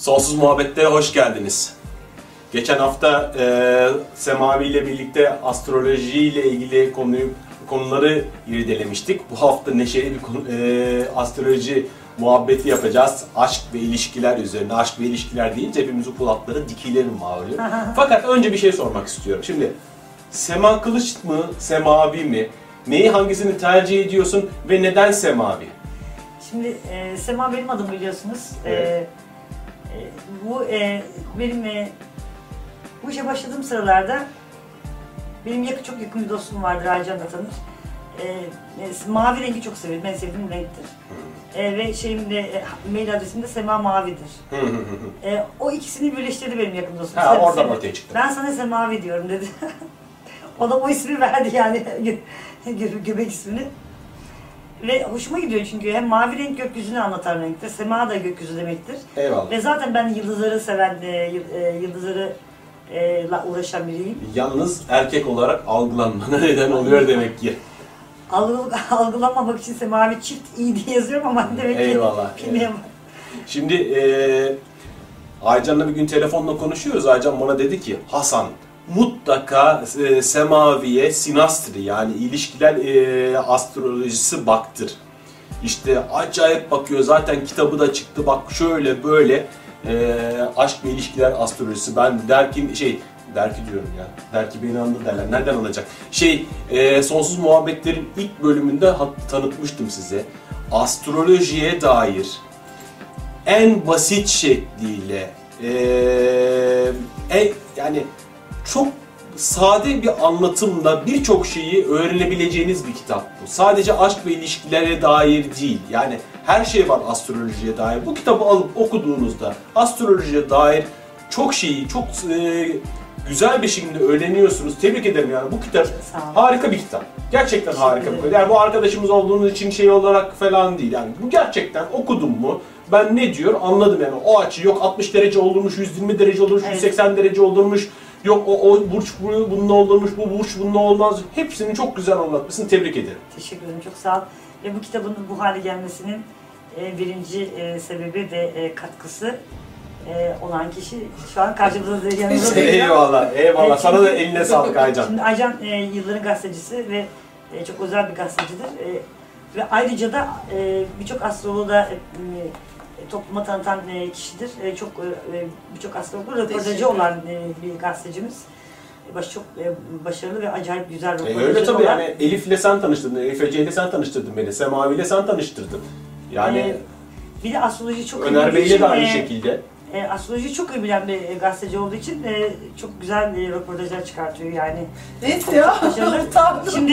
Sonsuz Muhabbetlere hoş geldiniz. Geçen hafta Semavi ile birlikte astroloji ile ilgili konuları irdelemiştik. Bu hafta neşeli bir astroloji muhabbeti yapacağız. Aşk ve ilişkiler üzerine. Aşk ve ilişkiler deyince hepimizin kulakları dikilir mi malum? Fakat önce bir şey sormak istiyorum. Şimdi Sema Kılıç mı, Semavi mi? Neyi hangisini tercih ediyorsun ve neden Semavi? Şimdi Sema benim adım biliyorsunuz. Evet. Benim bu işe başladığım sıralarda benim çok yakın bir dostum vardır, Aycan da tanır. Mavi rengi çok severim, en sevdiğim renktir. Ve mail adresim de Sema Mavi'dir. O ikisini birleştirdi benim yakın dostum. Oradan ortaya çıktı. Ben sana Semavi diyorum dedi. O da o ismi verdi yani, göbek ismini. Ve hoşuma gidiyor çünkü hem mavi renk gökyüzünü anlatan renktir, sema da gökyüzü demektir. Eyvallah. Ve zaten ben yıldızları seven, yıldızlarla uğraşan biriyim. Yalnız erkek olarak algılanmana neden oluyor demek ki. Algılanmamak için semavi çift iyi diye yazıyorum ama demek ki eyvallah. bilmiyorum. Şimdi Aycan'la bir gün telefonla konuşuyoruz. Aycan bana dedi ki, Hasan mutlaka Semavi'ye sinastri yani ilişkiler astrolojisi baktır. İşte acayip bakıyor, zaten kitabı da çıktı, bak şöyle böyle aşk ve ilişkiler astrolojisi. Ben derki diyorum ya. Derki beni anladı derler. Nereden alacak? Sonsuz Muhabbetlerin ilk bölümünde tanıtmıştım size. Astrolojiye dair en basit şekliyle yani çok sade bir anlatımla birçok şeyi öğrenebileceğiniz bir kitap bu. Sadece aşk ve ilişkilere dair değil. Yani her şey var astrolojiye dair. Bu kitabı alıp okuduğunuzda astrolojiye dair çok şeyi çok güzel bir şekilde öğreniyorsunuz. Tebrik ederim yani. Bu kitap harika bir kitap. Gerçekten harika bir kitap. Yani bu arkadaşımız olduğunuz için olarak falan değil. Yani bu gerçekten okudum mu? Ben ne diyor anladım yani. O açı yok 60 derece oldurmuş, 120 derece oldurmuş, evet. 180 derece oldurmuş. Yok o burç bununla oldurmuş, bu burç bununla olmaz. Hepsini çok güzel anlatmışsın. Tebrik ederim. Teşekkür ederim. Çok sağ ol. Ve bu kitabın bu hale gelmesinin birinci sebebi ve katkısı olan kişi şu an karşımızda yanımızda değil. Eyvallah, eyvallah. Sana da eline sağlık Aycan. Şimdi Aycan yılların gazetecisi ve çok özel bir gazetecidir. Ve ayrıca da birçok astroloğu da topluma tanıtan kişidir. Birçok astrologla röportajı olan bir gazetecimiz. Çok başarılı ve acayip güzel röportajı öyle tabii olan. yani Elif'le sen tanıştırdın, Elif Ece'yle sen tanıştırdın beni, Semavi'yle sen tanıştırdın. Yani bir de astroloji çok Öner Bey'le de aynı şekilde. Astroloji çok iyi bilen bir gazeteci olduğu için çok güzel röportajlar çıkartıyor yani. Evet ya. Şimdi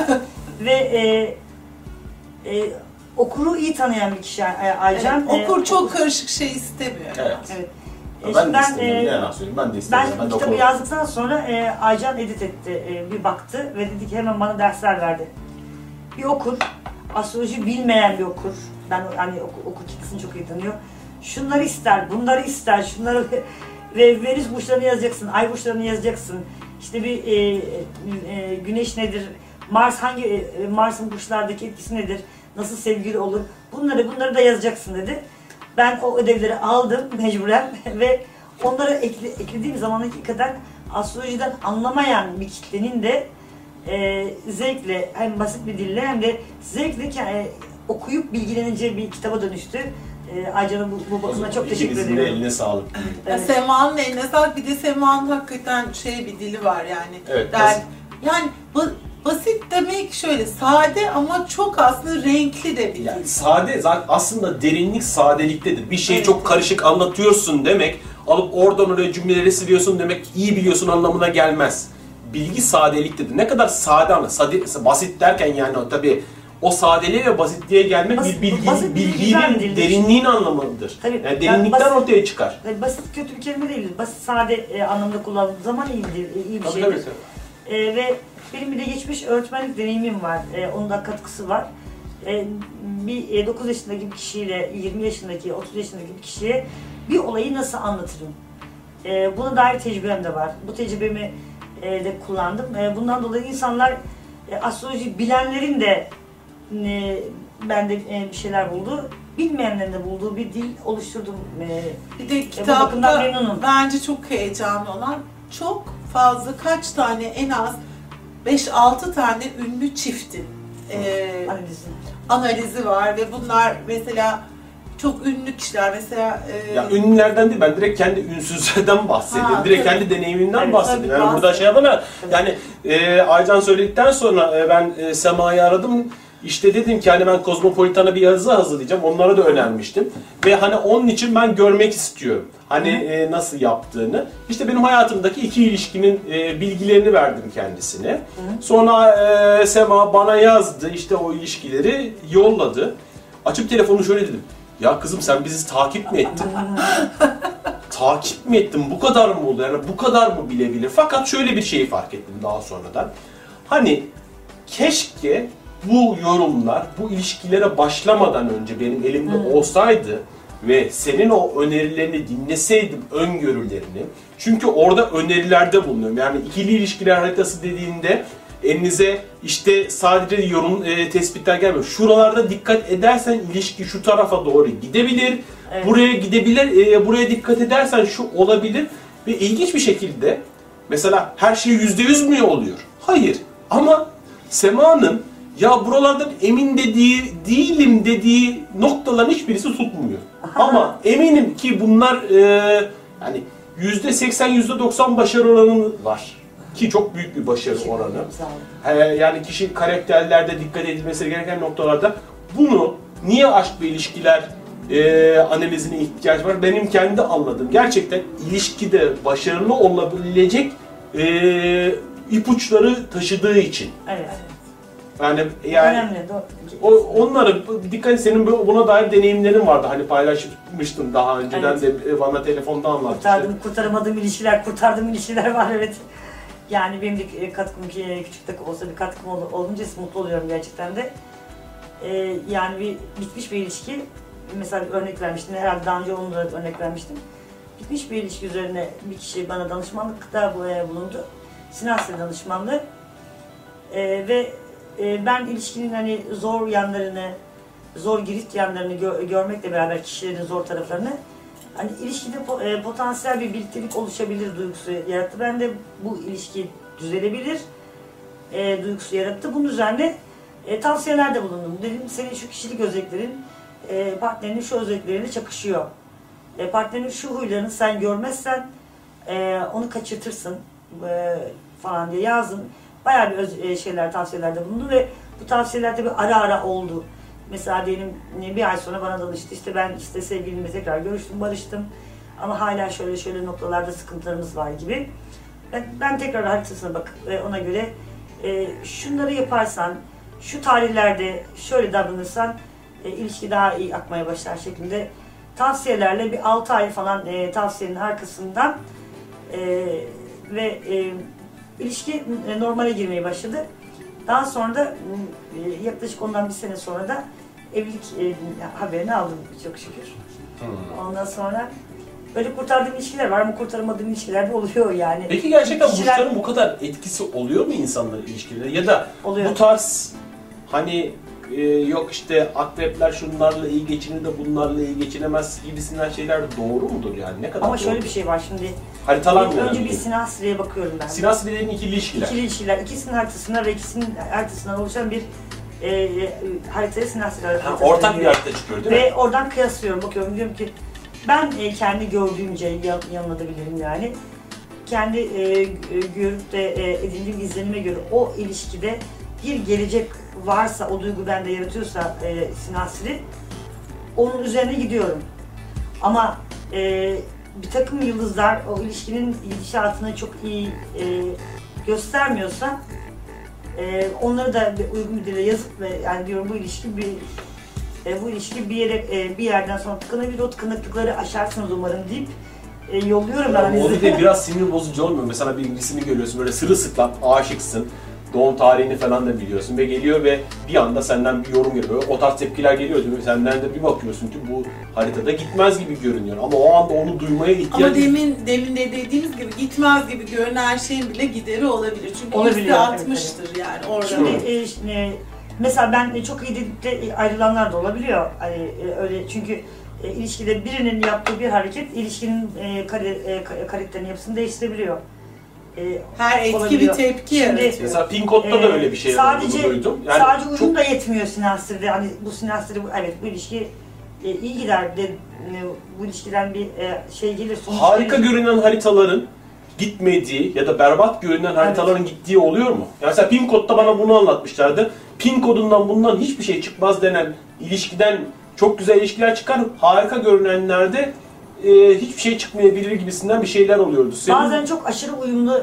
okuru iyi tanıyan bir kişi Aycan. Evet, okur çok karışık şey istemiyor. Evet. Evet. Ben de istemiyorum, ben de istemiyorum. Ben kitabı yazdıktan sonra Aycan edit etti, bir baktı ve dedi ki hemen bana dersler verdi. Bir okur, astroloji bilmeyen bir okur. Ben hani okur kitlesini çok iyi tanıyor. Şunları ister, bunları ister, şunları ve Venüs burçlarını yazacaksın, Ay burçlarını yazacaksın. İşte bir Güneş nedir, Mars'ın burçlardaki etkisi nedir, nasıl sevgili olur, bunları da yazacaksın dedi. Ben o ödevleri aldım mecburen ve onları eklediğim zaman hakikaten astrolojiden anlamayan bir kitlenin de zevkle, hem basit bir dille hem de zevkle okuyup bilgileneceği bir kitaba dönüştü. Aycan'a bu bakımdan çok teşekkür ediyorum. İkinizin de eline sağlık. Evet. Sema'nın eline sağlık. Bir de Sema'nın hakikaten bir dili var yani. Evet. Yani basit demek şöyle, sade ama çok aslında renkli de bir dil. Yani sade, zaten aslında derinlik sadeliktedir. Bir şeyi evet, çok karışık anlatıyorsun demek, alıp oradan oraya cümleleri siliyorsun demek iyi biliyorsun anlamına gelmez. Bilgi sadeliktedir. Ne kadar sade ama basit derken yani tabii o sadeliğe ve basitliğe gelmek bilginin derinliğin anlamıdır. Tabii, yani derinlikten ortaya çıkar. Basit kötü bir kelime değil. Basit sade anlamda kullandığın zaman iyi bir şeydir. Ve benim bir de geçmiş öğretmenlik deneyimim var. Onun da katkısı var. Bir 9 yaşındaki bir kişiyle 20 yaşındaki, 30 yaşındaki bir kişiye bir olayı nasıl anlatırım? Buna dair tecrübem de var. Bu tecrübemi de kullandım. Bundan dolayı insanlar astroloji bilenlerin de ben de bir şeyler buldu. Bilmeyenlerin de bulduğu bir dil oluşturdum. Bir de bu bakımdan memnunum. kitapta bence çok heyecanlı olan çok fazla kaç tane en az 5-6 tane ünlü çiftin analizi var ve bunlar mesela çok ünlü kişiler mesela ya ünlülerden değil, ben direkt kendi ünsüzlerden bahsediyorum. Direkt tabii. kendi deneyimimden Evet, bahsediyorum. tabii, Yani burada şey yapana yani Aycan söyledikten sonra ben Sema'yı aradım. İşte dedim ki hani ben Kozmopolitan'a bir yazı hazırlayacağım. Onlara da önermiştim. Ve hani onun için ben görmek istiyorum. Hani nasıl yaptığını. İşte benim hayatımdaki iki ilişkinin bilgilerini verdim kendisine. Sonra Sema bana yazdı. İşte o ilişkileri yolladı. Açıp telefonu şöyle dedim. Ya kızım sen bizi takip mi ettin? Takip mi ettin? Bu kadar mı oldu? Yani bu kadar mı bilebilir? Fakat şöyle bir şeyi fark ettim daha sonradan. Hani keşke bu yorumlar, bu ilişkilere başlamadan önce benim elimde olsaydı ve senin o önerilerini dinleseydim, öngörülerini. Çünkü orada önerilerde bulunuyorum. Yani ikili ilişkiler haritası dediğinde elinize işte sadece yorum tespitler gelmiyor. Şuralarda dikkat edersen ilişki şu tarafa doğru gidebilir. Evet. Buraya gidebilir. Buraya dikkat edersen şu olabilir. Ve ilginç bir şekilde mesela her şey %100 mü oluyor? Hayır. Ama Sema'nın ya buralardan emin değilim dediği noktaların hiçbirisi tutmuyor. Ama eminim ki bunlar yani %80, %90 başarı oranı var. Ki çok büyük bir başarı oranı. Yani kişi karakterlerde dikkat edilmesi gereken noktalarda bunu niye aşk ve ilişkiler analizine ihtiyaç var? Benim kendi anladığım gerçekten ilişkide başarılı olabilecek ipuçları taşıdığı için. Evet. Yani önemli. Onları dikkat et, senin buna dair deneyimlerin vardı. Hani paylaşmıştın daha önceden de bana telefonda anlatmıştın. Kurtaramadığım ilişkiler, kurtardığım ilişkiler var evet. Yani benim de katkım küçük de olsa bir katkım olunca mutlu oluyorum gerçekten de. Yani bitmiş bir ilişki, mesela örnek vermiştim, herhalde daha önce onu da örnek vermiştim. Bitmiş bir ilişki üzerine bir kişi bana danışmanlıkta bulundu. Sinasya danışmanlığı. Ve ben ilişkinin hani zor yanlarını, zor girit yanlarını görmekle beraber kişilerin zor taraflarını, hani ilişkide potansiyel bir birliktelik oluşabilir duygusu yarattı. Ben de bu ilişki düzelebilir duygusu yarattı. Bunun üzerine tavsiyelerde bulundum. Dedim senin şu kişilik özelliklerin partnerinin şu özellikleriyle çakışıyor. Partnerinin şu huylarını sen görmezsen onu kaçırtırsın falan diye yazdım. Bayağı bir tavsiyelerde bulundu ve bu tavsiyeler tabii ara ara oldu. Mesela diyelim bir ay sonra bana danıştı. İşte ben sevgilimle tekrar görüştüm, barıştım. Ama hala şöyle noktalarda sıkıntılarımız var gibi. Ben tekrar haritasına bakıp ona göre şunları yaparsan, şu tarihlerde şöyle davranırsan ilişki daha iyi akmaya başlar şeklinde tavsiyelerle bir 6 ay falan tavsiyenin arkasından ve ilişki normale girmeye başladı. Daha sonra da yaklaşık ondan bir sene sonra da evlilik haberini aldım çok şükür. Ondan sonra böyle kurtardığım ilişkiler var ama kurtaramadığım ilişkiler de oluyor yani. Peki gerçekten burçların bu kadar etkisi oluyor mu insanların ilişkilerine? Ya da oluyor. Bu tarz hani yok işte akrepler şunlarla iyi geçinir de bunlarla iyi geçinemez gibisinden şeyler doğru mudur yani? Ne kadar ama şöyle doğru? Bir şey var şimdi. Haritalar mı önce bir Sinasri'ye bakıyorum ben. Sinasri dediğin ikili ilişkiler. İkili ilişkiler. İkisinin haritasına ve ikisinin haritasından oluşan bir haritaya Sinasri haritası. Ortak bir harita çıkıyor değil mi? Ve oradan kıyaslıyorum, bakıyorum, diyorum ki ben kendi gördüğümce yanılabilirim yani. Kendi görüp de edindiğim izlenime göre o ilişkide bir gelecek varsa, o duygu bende yaratıyorsa Sinasri, onun üzerine gidiyorum. Ama bir takım yıldızlar o ilişkinin gidişatını çok iyi göstermiyorsa onları da uygun bir dile yazıp ve yani diyorum bu ilişki bir yerden sonra tıkanabilir, o tıkanıklıkları aşarsınız umarım deyip yolluyorum ben. O bir de biraz sinir bozucu olmuyor. Mesela birisini görüyorsun böyle sırılsıklam aşıksın. Doğum tarihini falan da biliyorsun ve geliyor ve bir anda senden bir yorum geliyor. O tarz tepkiler geliyor değil mi? Senden de bir bakıyorsun ki bu haritada gitmez gibi görünüyor. Ama o anda onu duymaya ihtiyaç... Ama demin de dediğimiz gibi gitmez gibi görünen şeyin bile gideri olabilir. Çünkü %60'tır yani orada. Şimdi Mesela ben çok iyi dedip de ayrılanlar da olabiliyor. Hani öyle çünkü ilişkide birinin yaptığı bir hareket ilişkinin karakterinin yapısını değiştirebiliyor. Her etki olabiliyor. bir tepki Şimdi, yaratıyor. Mesela Pinko'da da öyle bir şey sadece, olduğunu duydum. Yani sadece uyum çok da yetmiyor sinastri. Hani bu sinastri, evet bu ilişki iyi gider de bu ilişkiden bir şey gelir. harika görünen haritaların gitmediği ya da berbat görünen haritaların gittiği oluyor mu? Yani mesela Pin Code'da bana bunu anlatmışlardı. Pin kodundan bundan hiçbir şey çıkmaz denen ilişkiden çok güzel ilişkiler çıkar. Harika görünenlerde hiçbir şey çıkmayabilir gibisinden bir şeyler oluyordu. Bazen çok aşırı uyumlu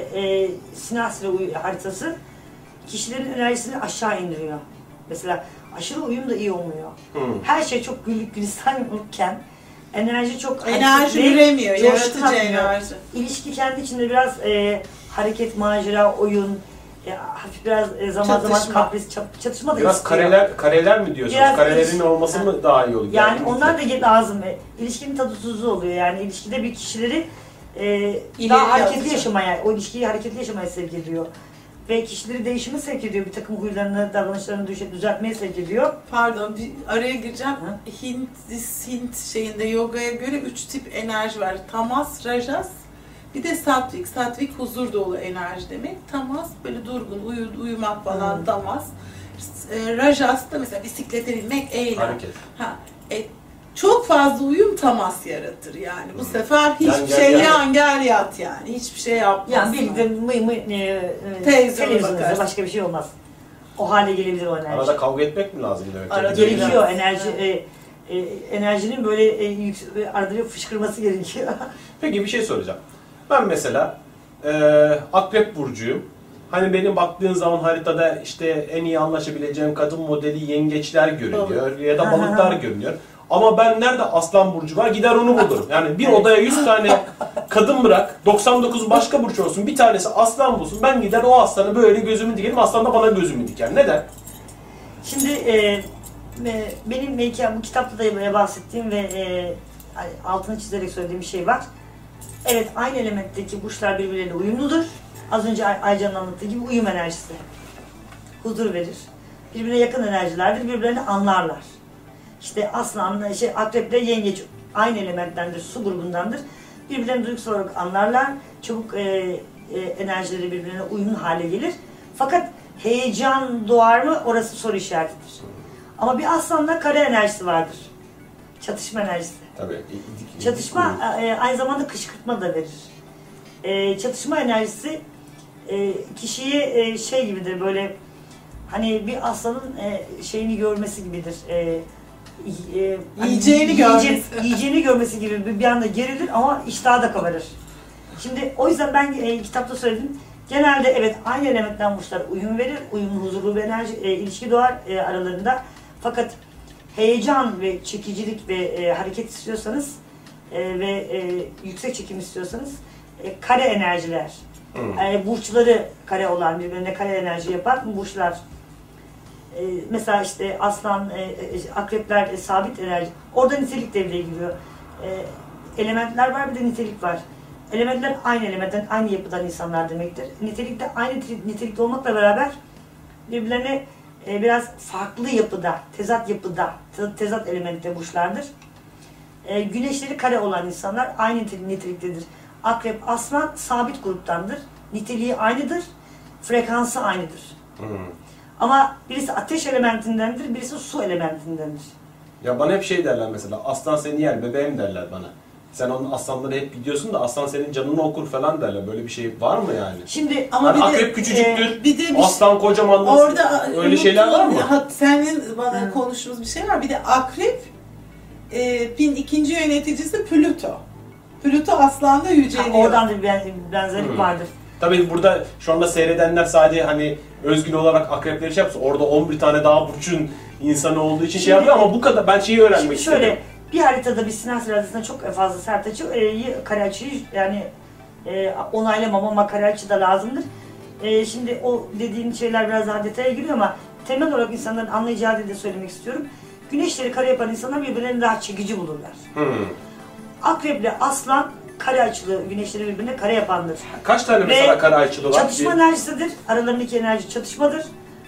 sinastri haritası kişilerin enerjisini aşağı indiriyor. Mesela aşırı uyum da iyi olmuyor. Her şey çok güllük gülistanken enerji çok enerji üremiyor, yaratıcı enerji. İlişki kendi içinde biraz hareket, macera, oyun, hafif biraz zaman zaman kapris, çatışma da biraz istiyor. kareler mi diyorsunuz? Biraz karelerin olması mı daha iyi olur? Yani onlar da lazım. İlişkinin tadı tuzu oluyor. Yani ilişkide bir kişileri daha hareketli yaşamaya, o ilişkiyi hareketli yaşamaya sevk ediyor. Ve kişileri değişime sevk ediyor. Bir takım huylarını, davranışlarını düzeltmeye sevk ediyor. Pardon, bir araya gireceğim. Hint şeyinde yogaya göre 3 tip enerji var. Tamas, Rajas, bir de Satvik. Satvik huzur dolu enerji demek. Tamas böyle durgun, uyumak falan Tamas. Rajas da mesela bisiklete binmek, eğlen. Hareket. Çok fazla uyum tamas yaratır yani. Bu sefer hiçbir şey yat yani. Hiçbir şey yapmaz. Yani birlikte televizyonda başka bir şey olmaz. O hale gelebilir o enerji. Arada kavga etmek mi lazım demek? Gerekiyor enerji. Enerjinin böyle arada bir fışkırması gerekiyor. Peki bir şey soracağım. Ben mesela Akrep burcuyum. Hani benim baktığın zaman haritada işte en iyi anlaşabileceğim kadın modeli yengeçler görünüyor ya da balıklar görünüyor. Ama ben nerede Aslan burcu var gider onu bulurum. Yani bir odaya 100 tane kadın bırak, 99 başka burç olsun, bir tanesi aslan bulsun. Ben gider o aslanı böyle gözümü dikerim, aslan da bana gözümü diker. Neden? Şimdi benim bu kitapta da bahsettiğim ve altını çizerek söylediğim bir şey var. Evet, aynı elementteki burçlar birbirleriyle uyumludur. Az önce Aycan'ın anlattığı gibi uyum enerjisi. Huzur verir. Birbirine yakın enerjilerdir, birbirlerini anlarlar. İşte aslan, akreple yengeç aynı elementtendir, su grubundandır. Birbirlerini duygusal olarak anlarlar. Çabuk enerjileri birbirine uyumlu hale gelir. Fakat heyecan doğar mı? Orası soru işaretidir. Ama bir aslanda kare enerjisi vardır. Çatışma enerjisi. Tabii. Çatışma aynı zamanda kışkırtma da verir. Çatışma enerjisi kişiyi şey gibidir, böyle hani bir aslanın şeyini görmesi gibidir. Yiyeceğini görmesi gibi bir anda gerilir ama iştahı da kabarır. Şimdi o yüzden ben kitapta söyledim. Genelde evet aynı elementten burçlar uyum verir, uyumlu, huzurlu bir enerji, ilişki doğar aralarında. Fakat heyecan ve çekicilik ve hareket istiyorsanız ve yüksek çekim istiyorsanız kare enerjiler, burçları kare olan, birbirine kare enerji yapan burçlar. Mesela işte aslan, akrepler sabit enerji. Orada nitelik devreye giriyor. Elementler var, bir de nitelik var. Elementler aynı elementten, aynı yapıdan insanlar demektir. Nitelik de aynı nitelikte olmakla beraber birbirlerine biraz farklı yapıda, tezat yapıda, tezat elementte burçlardır. Güneşleri kare olan insanlar aynı niteliktedir. Akrep, aslan sabit gruptandır. Niteliği aynıdır, frekansı aynıdır. Ama birisi ateş elementindendir, birisi su elementindendir. Ya bana hep şey derler mesela, aslan seni yer bebeğim derler bana. Sen onun aslanları hep gidiyorsun da aslan senin canını okur falan derler. Böyle bir şey var mı yani? Şimdi ama yani akrep küçücüktür, bir de aslan kocamandır. Orada öyle şeyler var mı? Senin bana konuştuğumuz bir şey var. Bir de akrep bin ikinci yöneticisi Plüto. Plüto aslanda yüceliyor. Oradan da bir benzerlik vardır. Tabii burada şu anda seyredenler sadece hani özgün olarak akrepleri şey yapsın. Orada 11 tane daha burçun insanı olduğu için şey yapıyor ama bu kadar ben şeyi öğrenmek istedim. Şöyle bir haritada bir sinastri haritasında çok fazla sert açı, kare açıyı yani onaylamam ama kare açı da lazımdır. Şimdi o dediğin şeyler biraz daha detaya giriyor ama temel olarak insanların anlayacağı dilde söylemek istiyorum. Güneşleri kare yapan insanlar birbirlerini daha çekici bulurlar. Akreple aslan kare açılı, güneşleri birbirine kare yapandır. Kaç tane mesela kare açılı var? Çatışma enerjisidir. Aralarındaki enerji çatışmadır.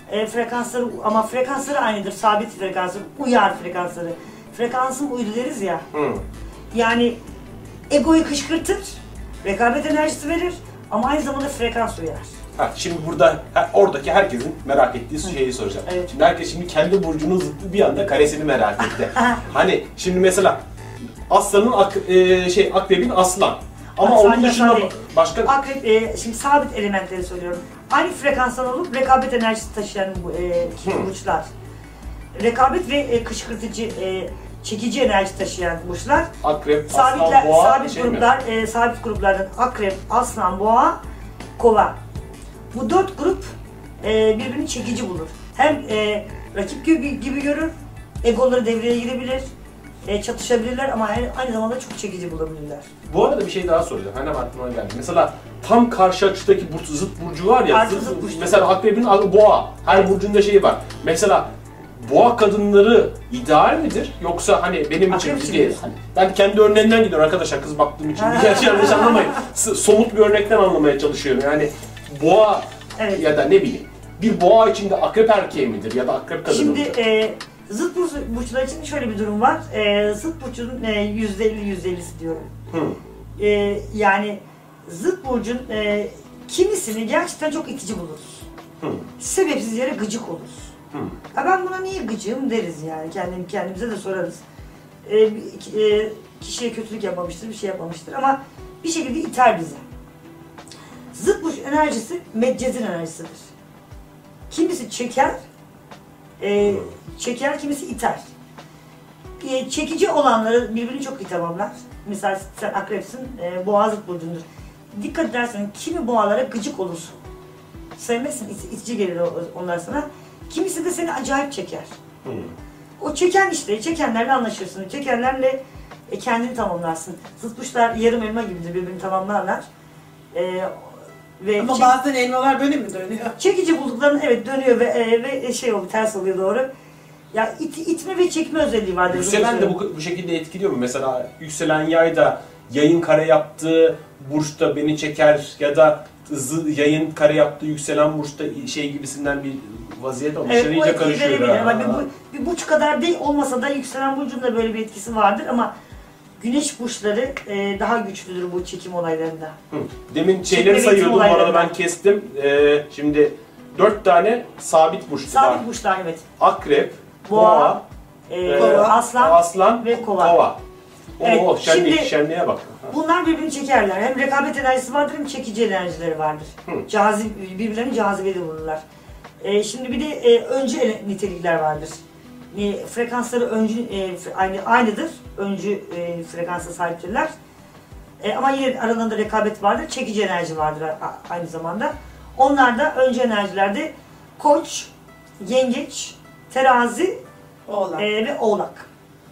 Frekansları ama frekansları aynıdır. Sabit frekansları, uyar frekansları. Frekansım uydu deriz ya. Yani egoyu kışkırtır, rekabet enerjisi verir ama aynı zamanda frekans uyar. Şimdi burada oradaki herkesin merak ettiği şeyi soracağım. Evet. Şimdi herkes şimdi kendi burcunun zıttı bir anda karesini merak etti. Hani şimdi mesela Aslan'ın Akrebin Aslan. Ama Bak, onun sadece dışında değil. başka Akrep, şimdi sabit elementleri söylüyorum. Aynı frekanstan olup rekabet enerjisi taşıyan burçlar. Rekabet ve kışkırtıcı, çekici enerji taşıyan burçlar. Akrep, Aslan, Boğa sabit gruplar, sabit gruplardan Akrep, Aslan, Boğa, Kova. Bu 4 grup birbirini çekici bulur. Hem rakip gibi görür, egoları devreye girebilir, çatışabilirler ama aynı zamanda çok çekici bulabilirler. Bu arada bir şey daha soracağım. Hemen aklıma geldi. Mesela tam karşı açıdaki zıt burcu var ya. Zıt burcu. Mesela Akrep'in Boğa. Her burcunda şeyi var. Mesela Boğa kadınları ideal midir? Yoksa hani benim için Akrep değil. için. Hani ben kendi örneğinden gidiyorum arkadaşlar, kız baktığım için. Bir gerçi yanlış anlamayın. Somut bir örnekten anlamaya çalışıyorum. Yani Boğa ya da ne bileyim. Bir Boğa içinde Akrep erkeği midir ya da Akrep kadını Şimdi mıdır? zıt burçlar için şöyle bir durum var. Zıt burcun %50'si diyorum. Yani zıt burcun kimisini gerçekten çok itici buluruz. Sebepsiz yere gıcık oluruz. Ya ben buna niye gıcığım deriz yani, kendimize de sorarız. Kişiye kötülük yapmamıştır, bir şey yapmamıştır ama bir şekilde iter bizi. Zıt burç enerjisi meccezin enerjisidir. Kimisi çeker, kimisi iter. Çekici olanları birbirini çok iyi tamamlar. Mesela sen akrepsin, boğa zıt burcundur. Dikkat edersen kimi boğalara gıcık olursun. Sevmezsin, itici gelir onlar sana. Kimisi de seni acayip çeker. O çekenlerle anlaşırsın. Çekenlerle kendini tamamlarsın. Zıt burçlar yarım elma gibidir, birbirini tamamlarlar. Ama bazen elmalar böyle mi dönüyor? Çekici bulduklarını dönüyor ve ters oluyor doğru. Ya itme ve çekme özelliği vardır. Yükselen de bu şekilde etkiliyor mu? Mesela yükselen yay da yayın kare yaptığı burçta beni çeker ya da yayın kare yaptığı yükselen burçta gibisinden bir vaziyet olmuş. Evet, iyice karışıyor. Bir burç kadar değil olmasa da yükselen burcun da böyle bir etkisi vardır ama güneş burçları daha güçlüdür bu çekim olaylarında. Demin şeyleri sayıyordum, bu arada ben kestim. Şimdi 4 tane sabit burç var. Sabit burçlar, evet. Akrep, Boğa, Aslan ve Kova. Evet, şenliğe bak. Bunlar birbirini çekerler. Hem rekabet enerjisi vardır hem çekici enerjileri vardır. Birbirlerini cazibeli bulurlar. Şimdi bir de öncü nitelikler vardır. Frekansları aynıdır. Öncü frekansa sahiptirler. Ama yine aralarında rekabet vardır. Çekici enerji vardır aynı zamanda. Onlar da öncü enerjilerde Koç, Yengeç, Terazi ve Oğlak.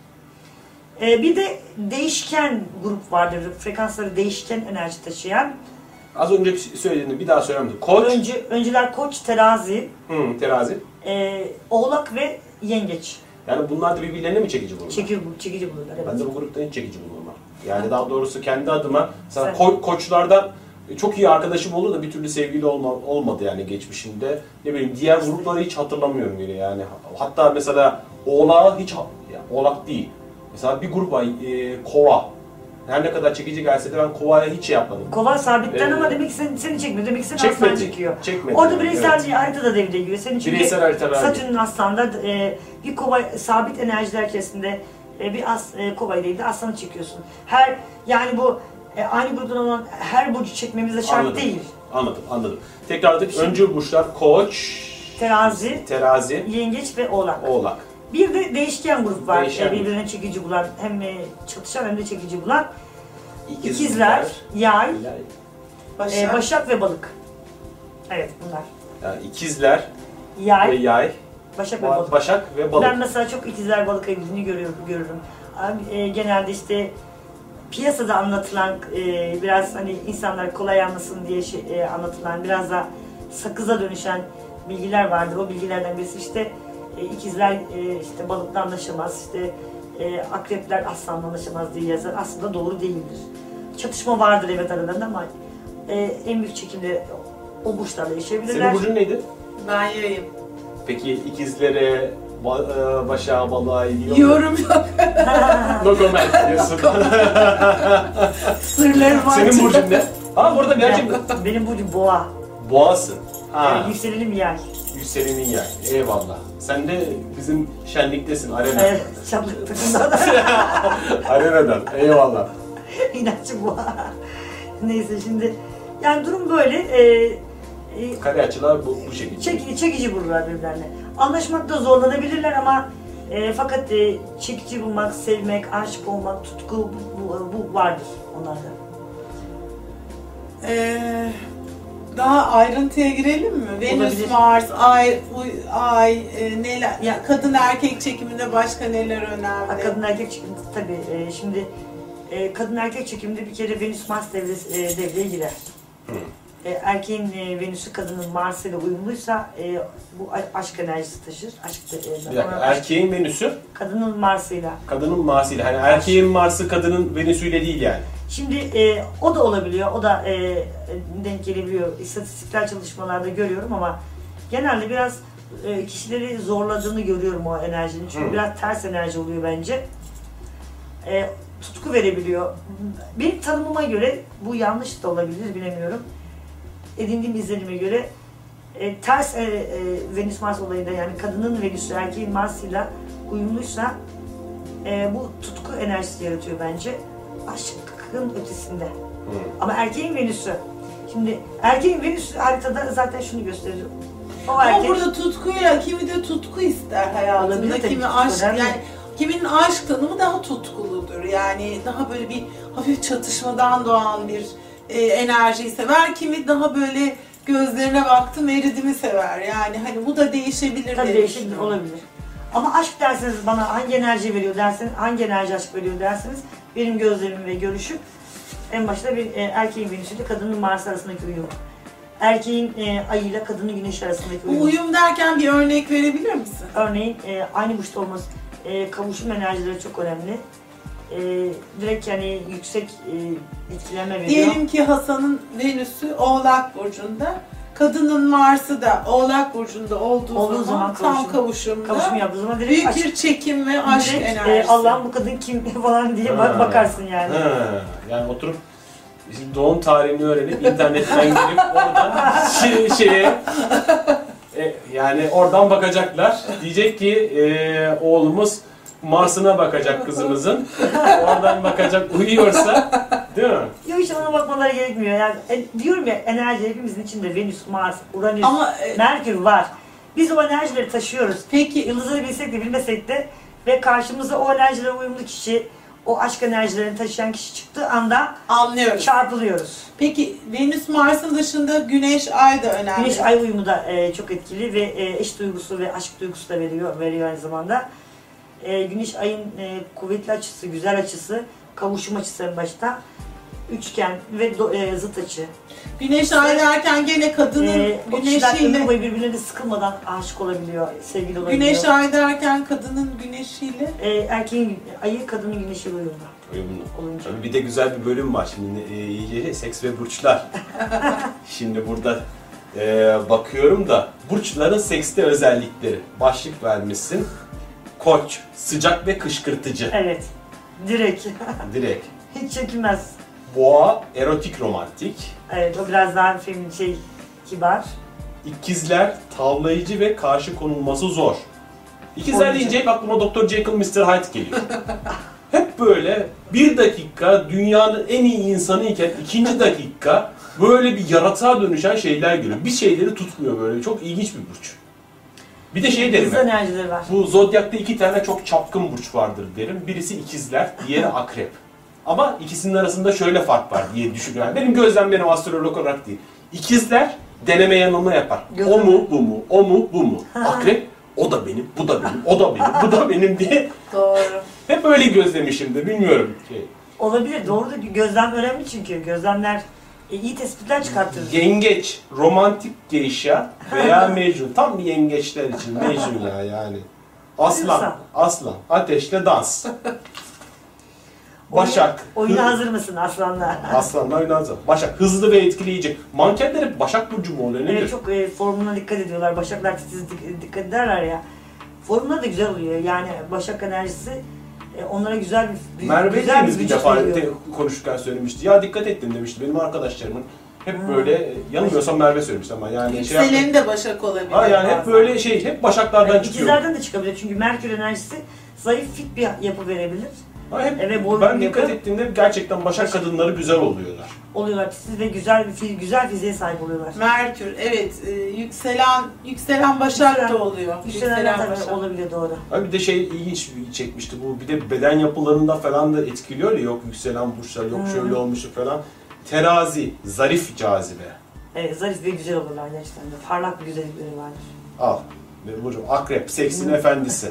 Bir de değişken grup vardır. Frekansları değişken enerji taşıyan. Az önce söylediğini bir daha söyler misin? Koç. Öncüler Koç, Terazi. Terazi. Oğlak ve Yengeç. Yani bunlar da birbirlerine mi çekici bulurlar? Çekici bulurlar, evet. Ben de bu gruptan hiç çekici bulmam. Yani daha doğrusu kendi adıma koçlardan çok iyi arkadaşım oldu da bir türlü sevgili olmadı yani geçmişinde. Ne bileyim, diğer grupları hiç hatırlamıyorum bile yani. Hatta mesela Oğlak'ı Oğlak değil. Mesela bir grup var, Kova. Her ne kadar çekici gelse de ben Kova'ya hiç yapmadım. Kova sabitten ama demek ki seni çekmiyor. Demek ki seni Aslan çekiyor. Orada bireysel harita da devreye giriyor. Senin çünkü Satürn'ün Aslan'da bir Kova sabit enerjiler içerisinde Kova'yı değil de Aslan'ı çekiyorsun. Yani bu aynı gruptan olan her burcu çekmemiz de şart değil. Anladım. Tekrar öncü burçlar Koç, Terazi, Yengeç ve Oğlak. Bir de değişken grup var. Birbirine çekici bulan, hem çatışan hem de çekici bulan. İkizler, Yay, Başak ve Balık. Evet, bunlar. Yani ikizler, Yay, Başak ve Balık. Ben mesela çok ikizler Balık evliliğini görürüm. Genelde işte piyasada anlatılan, biraz hani insanlar kolay anlasın diye anlatılan, biraz da sakıza dönüşen bilgiler vardır. O bilgilerden birisi işte ikizler işte balıkla anlaşamaz, işte akrepler aslanla anlaşamaz diye yazar. Aslında doğru değildir. Çatışma vardır evet aralarında ama en büyük çekimde o burçlarla yaşayabilirler. Senin burcun neydi? Ben Yayım. Peki ikizlere, Başak'a, Balık'a ilgili Yorum yok. No comment diyorsun. Sırlarım var. Senin burcun ne? Ha burada gerçekten. Benim burcum boğa. Boğasın. Ha. Yükselenim yay. Yükselenin yay. Eyvallah. Sen de bizim şenliktesin, arena. Evet, şaplık takımda da. Arenadan. Eyvallah. İnatçı boğa. Neyse şimdi, yani durum böyle. Kare açılar bu şekilde. Çekici bulurlar birbirlerine. Anlaşmakta zorlanabilirler ama fakat çekici bulmak, sevmek, aşık olmak, tutku bu vardır onlarda. Daha ayrıntıya girelim mi? Venüs, Olabilir. Mars, Ay, neler? Ya, kadın erkek çekiminde başka neler önemli? Kadın erkek çekiminde tabii şimdi kadın erkek çekiminde bir kere Venüs Mars devreye girer. Erkeğin Venüs'ü kadının Mars ile uyumluysa bu aşk enerjisi taşır. Bir dakika, erkeğin Venüs'ü kadının Mars'ıyla. kadının Mars'ıyla. Hani erkeğin Mars'ı kadının Venüs'üyle değil yani. Şimdi o da olabiliyor, o da denk gelebiliyor. İstatistiksel çalışmalarda görüyorum ama genelde biraz kişileri zorladığını görüyorum o enerjinin. Çünkü biraz ters enerji oluyor bence. Tutku verebiliyor. Benim tanımıma göre, bu yanlış da olabilir, bilemiyorum. Edindiğim izlenime göre ters Venüs Mars olayında, yani kadının Venüs'ü erkeğin Mars'ıyla uyumluysa bu tutku enerjisi yaratıyor bence. Aşkın ötesinde. Ama erkeğin Venüs'ü, şimdi erkeğin Venüs'ü haritada zaten şunu gösterir. O erkek, Ama burada tutkuyla, kimi de tutku ister hayatında, Olabilir tabii, kimi tutku aşk, önemli. yani kiminin aşk tanımı daha tutkuludur. Yani daha böyle bir hafif çatışmadan doğan bir enerjiyi sever. Kimi daha böyle gözlerine baktım eridimi sever. Yani hani bu da değişebilir. tabii diye değişik düşünüyorum. olabilir. Ama aşk derseniz, bana hangi enerji veriyor derseniz, hangi enerji aşk veriyor derseniz, benim gözlemim ve görüşüm en başta bir erkeğin Venüsü ile kadının Mars arasındaki uyum. Erkeğin Ay ile kadının Güneş arasındaki uyum. Bu uyum derken bir örnek verebilir misin? Örneğin aynı burçta olması, kavuşum enerjileri çok önemli. Direkt yani yüksek etkilenme veriyor. Diyelim ki Hasan'ın Venüs'ü Oğlak Burcu'nda, kadının Mars'ı da Oğlak Burcu'nda olduğu zaman tam kavuşumda Kavuşum yaptığı zaman direkt büyük aşk, bir çekim ve aşk direkt, enerjisi. Allah'ım bu kadın kim falan diye bakarsın yani. Yani oturup bizim doğum tarihini öğrenip internetten girip oradan şeye yani oradan bakacaklar. Diyecek ki oğlumuz Mars'ına bakacak kızımızın. Oradan bakacak, uyuyorsa, değil mi? Yok, hiç ona bakmaları gerekmiyor. Yani diyorum ya, enerji hepimizin içinde Venüs, Mars, Uranüs, Ama Merkür var. Biz o enerjileri taşıyoruz. peki Yıldızları bilsek de bilmesek de ve karşımıza o enerjilere uyumlu kişi, o aşk enerjilerini taşıyan kişi çıktığı anda anlıyoruz. çarpılıyoruz. Peki Venüs Mars'ın dışında Güneş Ay da önemli. Güneş Ay uyumu da çok etkili ve eş duygusu ve aşk duygusu da veriyor aynı zamanda. Güneş Ay'ın kuvvetli açısı, güzel açısı, kavuşum açısı en başta, üçgen ve zıt açı. Güneş Ay derken gene kadının O kişiler ömür güneşiyle, boyu birbirlerine sıkılmadan aşık olabiliyor, sevgili olabiliyor. Güneş Ay derken kadının güneşiyle Erkeğin ayı, kadının güneşi uyumlu. Olunca. Tabii bir de güzel bir bölüm var şimdi, iyice seks ve burçlar. Şimdi burada bakıyorum da burçların sekste özellikleri. Başlık vermişsin. Koç, sıcak ve kışkırtıcı. Evet, direkt. Direkt. Hiç çekinmez. Boğa, erotik romantik. Evet, o biraz daha kibar. İkizler, tavlayıcı ve karşı konulması zor. İkizler deyince hep aklıma Dr. Jekyll, Mr. Hyde geliyor. Hep böyle bir dakika dünyanın en iyi insanı iken ikinci dakika böyle bir yaratığa dönüşen şeyler görüyor. Bir şeyleri tutmuyor böyle. Çok ilginç bir burç. Bir de şey derim Hızlı ben. enerjileri var. Bu zodyakta iki tane çok çapkın burç vardır derim. Birisi ikizler, diğeri akrep. Ama ikisinin arasında şöyle fark var diye düşünüyorum. Benim gözlemlerim astrolog olarak değil. İkizler deneme yanılma yapar. O mu, bu mu, o mu, bu mu? Akrep, o da benim, bu da benim, o da benim, bu da benim diye. doğru. Hep öyle gözlemişimdir, bilmiyorum. Olabilir, doğru da gözlem önemli çünkü. Gözlemler iyi tespitler çıkartır. Yengeç, romantik geisha veya Mecnun. Tam bir yengeçler için Mecnun ya yani. Aslan, aslan, ateşle dans. Başak. Oyuna hazır mısın Aslan'la? Aslanlar oyuna hazır. Başak. Hızlı ve etkileyici. Mankenler hep Başak Burcu mu oluyor? Nedir? Evet, çok formuna dikkat ediyorlar. Başaklar titiz dikkat ederler ya. Formuna da güzel oluyor. Yani Başak enerjisi onlara güzel bir Merve güzel Deniz bir vücut defa veriyor. konuşurken söylemişti. Ya dikkat ettim demişti. Benim arkadaşlarımın hep böyle, yanılmıyorsam Merve söylemişti ama yani Yükselenin de Başak olabilir. Ha yani hep böyle hep Başaklardan çıkıyor. İkizlerden de çıkabilir çünkü Merkür enerjisi zayıf fit bir yapı verebilir. Ha, hep Evet, ben dikkat ettiğimde gerçekten Başak kadınları güzel oluyorlar. Oluyorlar titiz ve güzel fiziğe sahip oluyorlar. Merkür, evet. Yükselen Başak da oluyor. Yükselenler tabii olabiliyor, doğru. Ha bir de ilginç çekmişti bu. Bir de beden yapılarında falan da etkiliyor ya, yok yükselen burçlar, yok şöyle olmuşu falan. Terazi, zarif cazibe. Evet, zarif ve güzel olurlar gerçekten de. Parlak bir güzellikleri vardır. Al. Ve Burcu, akrep, seksin efendisi.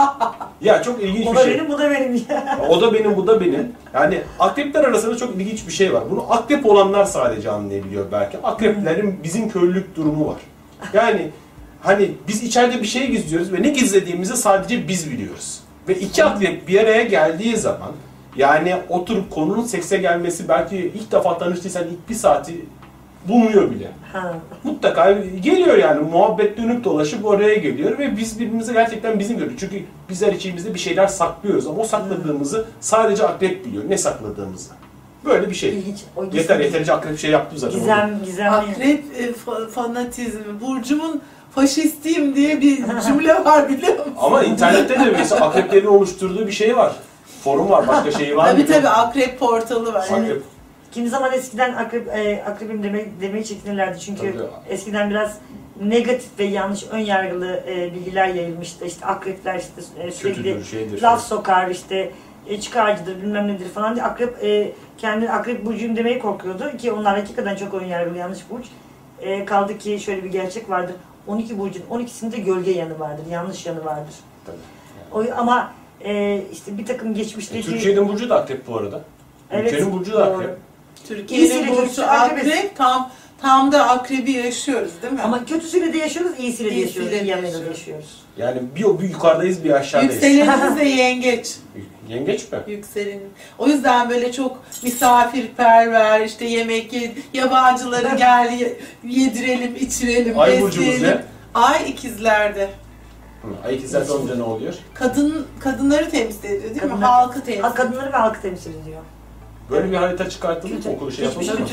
Ya çok ilginç O bir da şey. benim, bu da benim. O da benim, bu da benim. Yani akrepler arasında çok ilginç bir şey var. Bunu akrep olanlar sadece anlayabiliyor belki. Akreplerin bizim köylülük durumu var. Yani hani biz içeride bir şey gizliyoruz ve ne gizlediğimizi sadece biz biliyoruz. Ve iki akrep bir araya geldiği zaman, yani oturup konunun sekse gelmesi, belki ilk defa tanıştıysan ilk bir saati bulmuyor bile. Mutlaka geliyor yani, muhabbet dönüp dolaşıp oraya geliyor ve biz birbirimize gerçekten bizim görüyoruz. Çünkü bizler içimizde bir şeyler saklıyoruz ama o sakladığımızı sadece akrep biliyor, ne sakladığımızı. Böyle bir şey. İlginç. Yeterince akrep şey yaptım zaten. Gizem. Akrep fanatizmi. Burcumun faşistiyim diye bir cümle var, biliyor musun? Ama internette de mesela akreplerin oluşturduğu bir şey var. Forum var, başka şey var mı? Tabii akrep portalı var. Akrep. Kimi zaman eskiden akrepim demeyi çekinirlerdi çünkü Tabii. eskiden biraz negatif ve yanlış ön yargılı bilgiler yayılmıştı. İşte akrepler sürekli Kötüdür, şeydir. laf sokar, işte çıkarcıdır, bilmem nedir falan diye kendi akrep burcuyum demeye korkuyordu ki onlar hakikaten çok ön yargılı, yanlış burç. Kaldı ki şöyle bir gerçek vardır. 12 burcun 12'sinde gölge yanı vardır, yanlış yanı vardır. Tabii. Ama işte bir takım geçmişteki... Türkiye'nin burcu da akrep bu arada. Evet, Ülkenin burcu da akrep. Türkiye'nin burcu akrep, tam da akrebi yaşıyoruz değil mi? Ama kötüsüyle de yaşıyoruz, iyisiyle de yaşıyoruz, İyisiyle de yanıyla da yaşıyoruz. yaşıyoruz. Yani bir yukarıdayız, bir aşağıdayız. Yükselenimiz de yengeç. Yengeç mi? Yükselenim. O yüzden böyle çok misafirperver, işte yabancıları gel yedirelim, içirelim, Ay burcumuz ne? Ay ikizlerde. Ay ikizler olunca ne oluyor? Kadınları temsil ediyor değil mi? Halkı temsil ediyor. Kadınları ve halkı temsil ediyor. Böyle bir harita çıkartıldı mı, okulu şey yapıldı mı?